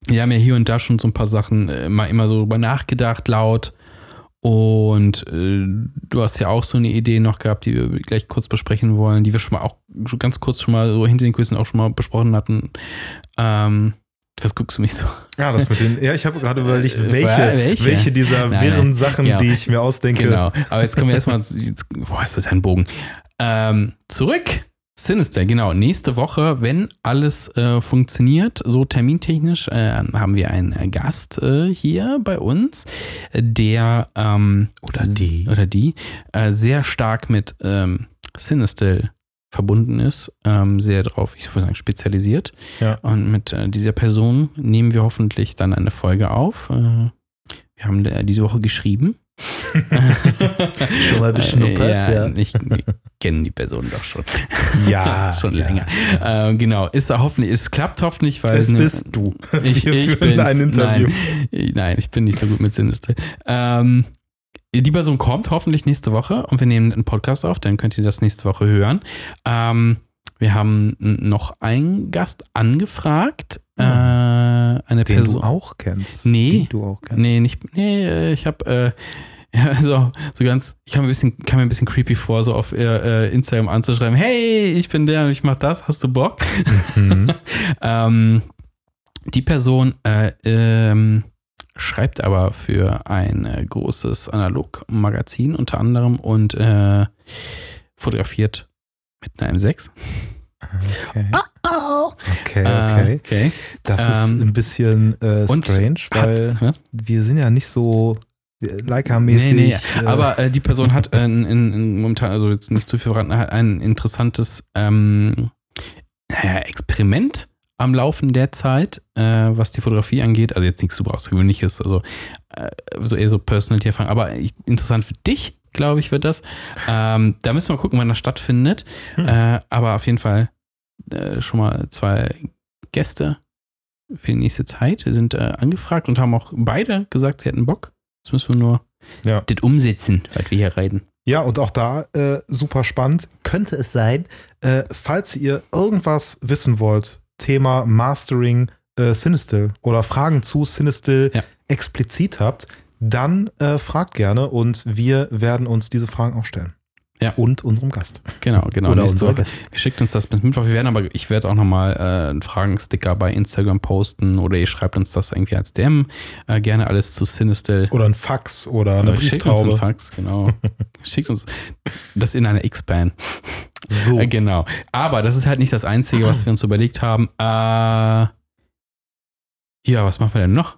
Wir haben ja hier und da schon so ein paar Sachen mal immer so drüber nachgedacht, laut. Und du hast ja auch so eine Idee noch gehabt, die wir gleich kurz besprechen wollen, die wir schon mal auch so ganz kurz schon mal so hinter den Kulissen auch schon mal besprochen hatten. Was guckst du mich so? Ja, das mit den. Ja, ich habe gerade überlegt, welche dieser wirren Sachen, genau, die ich mir ausdenke. Genau. Aber jetzt kommen wir erstmal. Boah, ist das ein Bogen. Zurück. Sinister, genau. Nächste Woche, wenn alles funktioniert, so termintechnisch, haben wir einen Gast hier bei uns, der oder die sehr stark mit Sinister verbunden ist, sehr darauf, ich würde sagen, spezialisiert. Ja. Und mit dieser Person nehmen wir hoffentlich dann eine Folge auf. Wir haben diese Woche geschrieben. Schon mal beschnuppert, ja. Ich kenne die Person doch schon. Ja. Schon länger. Genau. Es klappt hoffentlich, weil es bist du. Ich bin ein Interview. Nein, ich bin nicht so gut mit Sinister. Die Person kommt hoffentlich nächste Woche und wir nehmen einen Podcast auf, dann könnt ihr das nächste Woche hören. Wir haben noch einen Gast angefragt. Eine Den Person. du auch kennst. Nee. Die du auch kennst. Ich habe kam mir ein bisschen creepy vor, so auf Instagram anzuschreiben, hey, ich bin der und ich mach das, hast du Bock? Mhm. Die Person schreibt aber für ein großes Analog-Magazin unter anderem und fotografiert mit einer M6. Okay. Das ist ein bisschen strange, weil wir sind ja nicht so Leica-mäßig. Nee. Aber die Person hat momentan, also jetzt nicht zu viel verraten, hat ein interessantes Experiment am Laufen der Zeit, was die Fotografie angeht. Also jetzt nichts super Außergewöhnliches, also so eher so Personal-Erfahrung, aber interessant für dich, glaube ich, wird das. Da müssen wir gucken, wann das stattfindet. Aber auf jeden Fall schon mal 2 Gäste für die nächste Zeit sind angefragt und haben auch beide gesagt, sie hätten Bock. Jetzt müssen wir nur das umsetzen, was wir hier reden. Ja, und auch da super spannend. Könnte es sein, falls ihr irgendwas wissen wollt, Thema Mastering Cinestill oder Fragen zu Cinestill explizit habt, dann fragt gerne und wir werden uns diese Fragen auch stellen. Ja. Und unserem Gast. Genau. Oder unserer Gast. Schickt uns das bis Mittwoch. Ich werde auch nochmal einen Fragensticker bei Instagram posten oder ihr schreibt uns das irgendwie als DM. Gerne alles zu Cinestill. Oder ein Fax oder eine Brieftaube. Schickt uns einen Fax, genau. Schickt uns das in eine X-Band. So. Genau. Aber das ist halt nicht das Einzige, was wir uns überlegt haben. Ja, was machen wir denn noch?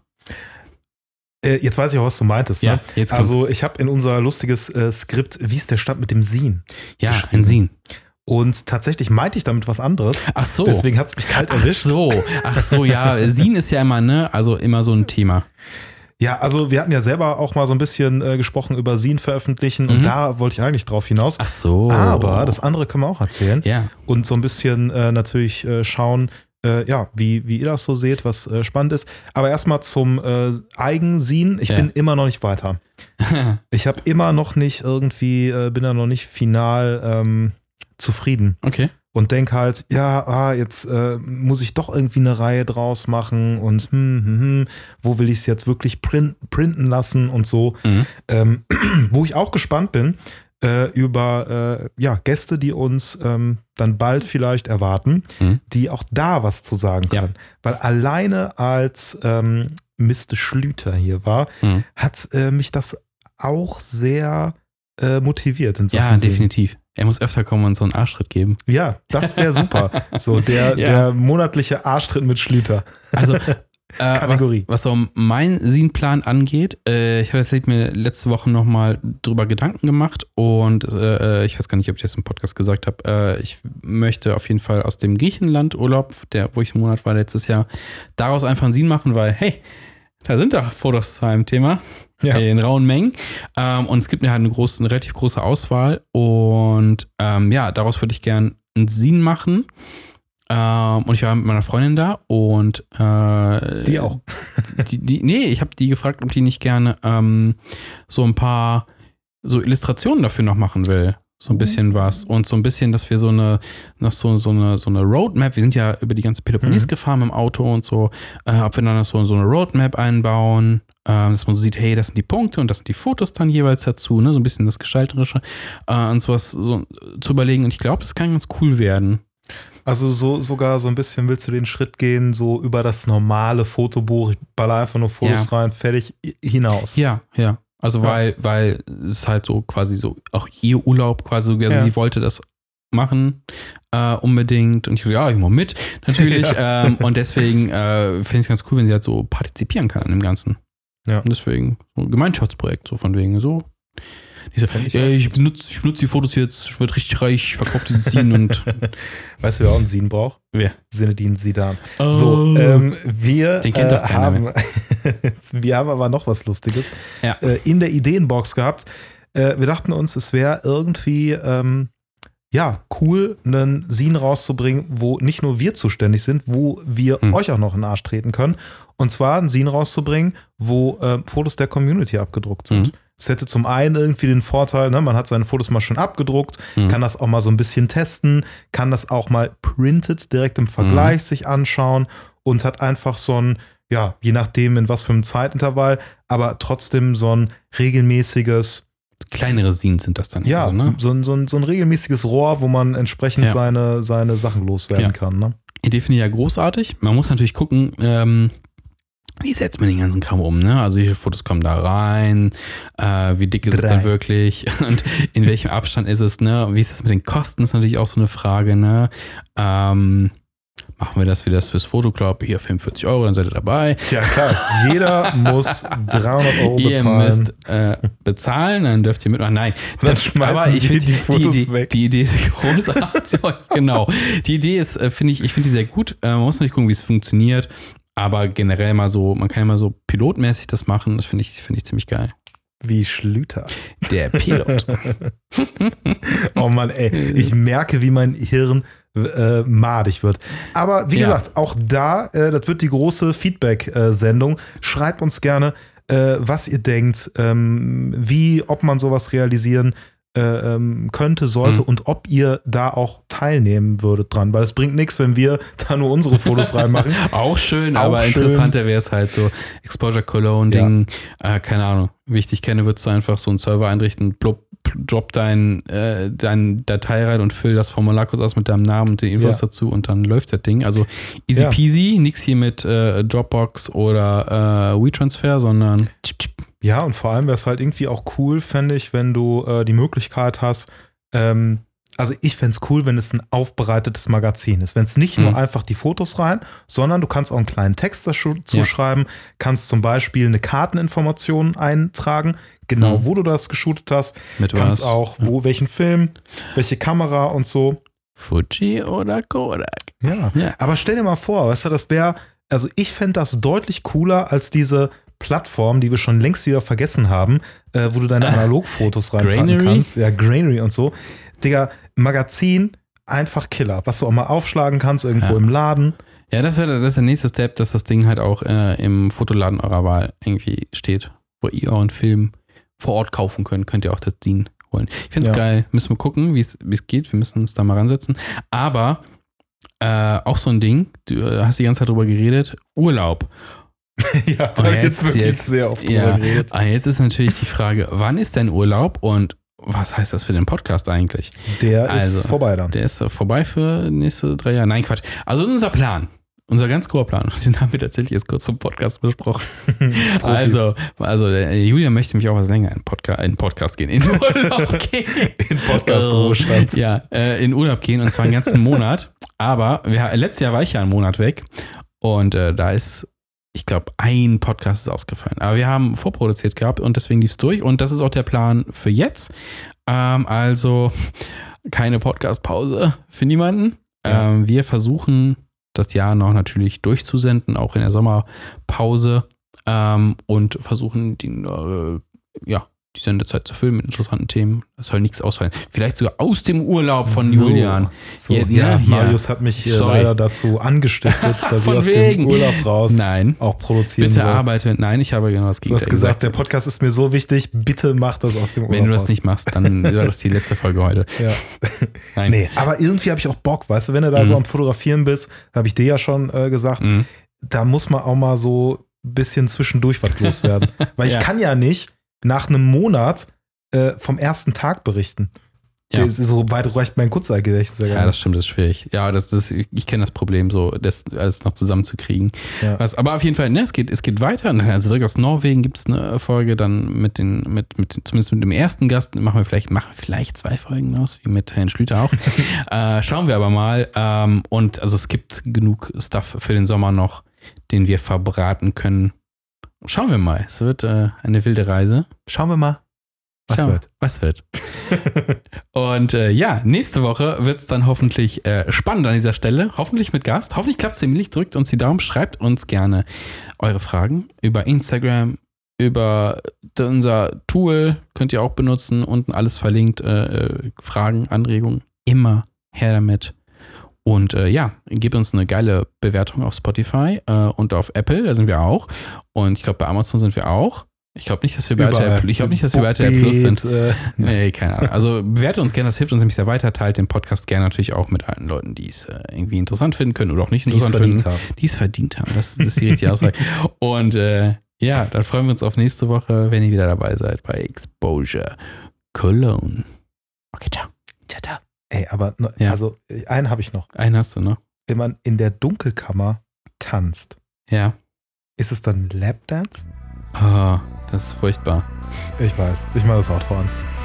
Jetzt weiß ich auch, was du meintest. Ja, ne? jetzt also ich habe in unser lustiges Skript, wie ist der Stand mit dem Sin? Ja, ein Sin. Und tatsächlich meinte ich damit was anderes. Ach so. Deswegen hat es mich kalt erwischt. Ach so, ja. Sin ist ja immer, immer so ein Thema. Ja, also wir hatten ja selber auch mal so ein bisschen gesprochen über Sin veröffentlichen und da wollte ich eigentlich drauf hinaus. Ach so. Aber das andere können wir auch erzählen. Ja. Und so ein bisschen natürlich schauen, wie ihr das so seht, was spannend ist. Aber erstmal zum Eigen-Sin. Ich bin immer noch nicht weiter. Ich habe immer noch nicht irgendwie, bin da noch nicht final zufrieden. Okay. Und denke halt, jetzt muss ich doch irgendwie eine Reihe draus machen und wo will ich es jetzt wirklich printen lassen und so. Wo ich auch gespannt bin, über Gäste, die uns dann bald vielleicht erwarten, die auch da was zu sagen können. Ja. Weil alleine als Mr. Schlüter hier war, hat mich das auch sehr motiviert. In Sachen definitiv. Er muss öfter kommen und so einen Arschtritt geben. Ja, das wäre super. So der monatliche Arschtritt mit Schlüter. Also Kategorie. Was so mein Sin-Plan angeht, ich habe jetzt mir letzte Woche nochmal drüber Gedanken gemacht und ich weiß gar nicht, ob ich das im Podcast gesagt habe, ich möchte auf jeden Fall aus dem Griechenland-Urlaub, wo ich einen Monat war letztes Jahr, daraus einfach einen Sin machen, weil, hey, da sind doch Fotos zu einem Thema. In rauen Mengen. Und es gibt mir halt eine relativ große Auswahl. Und daraus würde ich gern einen Sin machen. Und ich war mit meiner Freundin da und die auch. Ich habe die gefragt, ob die nicht gerne so ein paar so Illustrationen dafür noch machen will. So ein bisschen was. Und so ein bisschen, dass wir so eine Roadmap, wir sind ja über die ganze Peloponnes gefahren mit dem Auto und so, ob wir dann so eine Roadmap einbauen, dass man so sieht, hey, das sind die Punkte und das sind die Fotos dann jeweils dazu, ne? So ein bisschen das Gestalterische und sowas so zu überlegen. Und ich glaube, das kann ganz cool werden. Also sogar so ein bisschen willst du den Schritt gehen, so über das normale Fotobuch, ich baller einfach nur Fotos rein, fertig, hinaus. Ja. Also weil es halt so quasi so auch ihr Urlaub quasi, also sie wollte das machen unbedingt und ich ja, ich mach mit natürlich und deswegen finde ich es ganz cool, wenn sie halt so partizipieren kann an dem Ganzen. Ja. Und deswegen so ein Gemeinschaftsprojekt, so von wegen so. Ich benutze die Fotos jetzt, ich werde richtig reich, ich verkaufe dieses Zine und. Weißt du, wer auch einen Zine braucht? Wer? Zinedine Zidane. So, wir den kennt doch keiner wir haben aber noch was Lustiges in der Ideenbox gehabt. Wir dachten uns, es wäre irgendwie cool, einen Zine rauszubringen, wo nicht nur wir zuständig sind, wo wir euch auch noch in den Arsch treten können. Und zwar einen Zine rauszubringen, wo Fotos der Community abgedruckt sind. Es hätte zum einen irgendwie den Vorteil, ne, man hat seine Fotos mal schön abgedruckt, kann das auch mal so ein bisschen testen, kann das auch mal printed direkt im Vergleich sich anschauen und hat einfach so ein, je nachdem in was für einem Zeitintervall, aber trotzdem so ein regelmäßiges kleinere Scenes sind das dann. Ja, also, ne? so ein regelmäßiges Rohr, wo man entsprechend seine Sachen loswerden kann. Ne? Idee finde ich ja großartig. Man muss natürlich gucken, wie setzt man den ganzen Kram um, ne? Also wie viele Fotos kommen da rein, wie dick ist es denn wirklich und in welchem Abstand ist es, ne? Wie ist es mit den Kosten, ist natürlich auch so eine Frage, ne? Machen wir das wie das fürs Fotoclub, hier 45 €, dann seid ihr dabei. Tja, klar, jeder muss 300 € bezahlen. Ihr müsst bezahlen, dann dürft ihr mitmachen. Nein, aber ich finde die Idee ist großartig. Genau, die Idee ist, ich finde die sehr gut. Man muss natürlich gucken, wie es funktioniert. Aber generell mal so, man kann ja mal so pilotmäßig das machen, das finde ich ziemlich geil. Wie Schlüter. Der Pilot. Oh Mann, ey, ich merke, wie mein Hirn madig wird. Aber wie gesagt, auch da, das wird die große Feedback-Sendung. Schreibt uns gerne, was ihr denkt, ob man sowas realisieren könnte, sollte und ob ihr da auch teilnehmen würdet dran, weil es bringt nichts, wenn wir da nur unsere Fotos reinmachen. Auch schön, aber interessanter wäre es halt so Exposure Cologne Ding, keine Ahnung, wie ich dich kenne, würdest du einfach so einen Server einrichten, drop dein Datei rein und füll das Formular kurz aus mit deinem Namen und den Infos dazu und dann läuft das Ding. Also easy peasy, nix hier mit Dropbox oder WeTransfer, sondern ja, und vor allem wäre es halt irgendwie auch cool, fände ich, wenn du die Möglichkeit hast, also ich fände es cool, wenn es ein aufbereitetes Magazin ist. Wenn es nicht nur einfach die Fotos rein, sondern du kannst auch einen kleinen Text dazu schreiben, kannst zum Beispiel eine Karteninformation eintragen, genau wo du das geshootet hast, kannst auch welchen Film, welche Kamera und so. Fuji oder Kodak. Ja, aber stell dir mal vor, weißt du, das wäre, also ich fände das deutlich cooler als diese Plattform, die wir schon längst wieder vergessen haben, wo du deine Analogfotos reinpacken kannst. Ja, Granary und so. Digga, Magazin, einfach Killer. Was du auch mal aufschlagen kannst, irgendwo im Laden. Ja, das ist der nächste Step, dass das Ding halt auch im Fotoladen eurer Wahl irgendwie steht, wo ihr euren Film vor Ort kaufen könnt ihr auch das Ding holen. Ich finde es geil. Müssen wir gucken, wie es geht. Wir müssen uns da mal ransetzen. Aber auch so ein Ding, du hast die ganze Zeit drüber geredet, Urlaub. Ja, da jetzt wirklich sehr oft drüber geredet. Jetzt ist natürlich die Frage, wann ist dein Urlaub und was heißt das für den Podcast eigentlich? Der ist vorbei dann. Der ist vorbei für nächste 3 Jahre. Nein, Quatsch. Also unser Plan, unser ganz grober Plan, den haben wir tatsächlich jetzt kurz zum Podcast besprochen. also der Julian möchte mich auch was länger in Podcast gehen, in Urlaub gehen. In Podcast-Ruhestand. Ja, in Urlaub gehen und zwar einen ganzen Monat. Aber letztes Jahr war ich ja einen Monat weg und da ist, ich glaube, ein Podcast ist ausgefallen. Aber wir haben vorproduziert gehabt und deswegen lief es durch. Und das ist auch der Plan für jetzt. Also keine Podcast-Pause für niemanden. Ja. Wir versuchen, das Jahr noch natürlich durchzusenden, auch in der Sommerpause. Und versuchen, die die Sendezeit zu füllen mit interessanten Themen. Es soll nichts ausfallen. Vielleicht sogar aus dem Urlaub von Julian. Marius hat mich leider dazu angestiftet, dass ich aus dem Urlaub raus auch produzieren bitte soll. arbeite. Nein, ich habe genau das Gegenteil Du hast gesagt, der Podcast ist mir so wichtig, bitte mach das aus dem Urlaub. Wenn du das nicht machst, dann war das die letzte Folge heute. Ja. Nein. Nee, aber irgendwie habe ich auch Bock, weißt du, wenn du da so am Fotografieren bist, habe ich dir ja schon gesagt, da muss man auch mal so ein bisschen zwischendurch was loswerden. Weil ich kann ja nicht nach einem Monat vom ersten Tag berichten. Ja. So weit reicht mein Kurzzeitgedächtnis. Ja, das stimmt, das ist schwierig. Ja, ich kenne das Problem, so das alles noch zusammenzukriegen. Ja. Aber auf jeden Fall, es geht weiter. Also direkt aus Norwegen gibt es eine Folge, dann zumindest mit dem ersten Gast machen wir vielleicht 2 Folgen aus, wie mit Herrn Schlüter auch. Schauen wir aber mal. Und also es gibt genug Stuff für den Sommer noch, den wir verbraten können. Schauen wir mal. Es wird eine wilde Reise. Schauen wir mal. Was wird? Und nächste Woche wird es dann hoffentlich spannend an dieser Stelle. Hoffentlich mit Gast. Hoffentlich klappt es ziemlich. Drückt uns die Daumen. Schreibt uns gerne eure Fragen über Instagram, über unser Tool. Könnt ihr auch benutzen. Unten alles verlinkt. Fragen, Anregungen. Immer her damit. Und gebt uns eine geile Bewertung auf Spotify und auf Apple. Da sind wir auch. Und ich glaube, bei Amazon sind wir auch. Ich glaube nicht, dass wir bei RTL Plus sind. Nee, keine Ahnung. Also bewertet uns gerne, das hilft uns nämlich sehr weiter. Teilt den Podcast gerne natürlich auch mit allen Leuten, die es irgendwie interessant finden können oder auch nicht interessant finden. Die es verdient haben. Das ist die richtige Aussage. Und dann freuen wir uns auf nächste Woche, wenn ihr wieder dabei seid bei Exposure Cologne. Okay, ciao. Ciao. Ey, aber also einen habe ich noch. Einen hast du noch. Wenn man in der Dunkelkammer tanzt, ist es dann Lapdance? Ah, das ist furchtbar. Ich weiß. Ich mache das Outro an.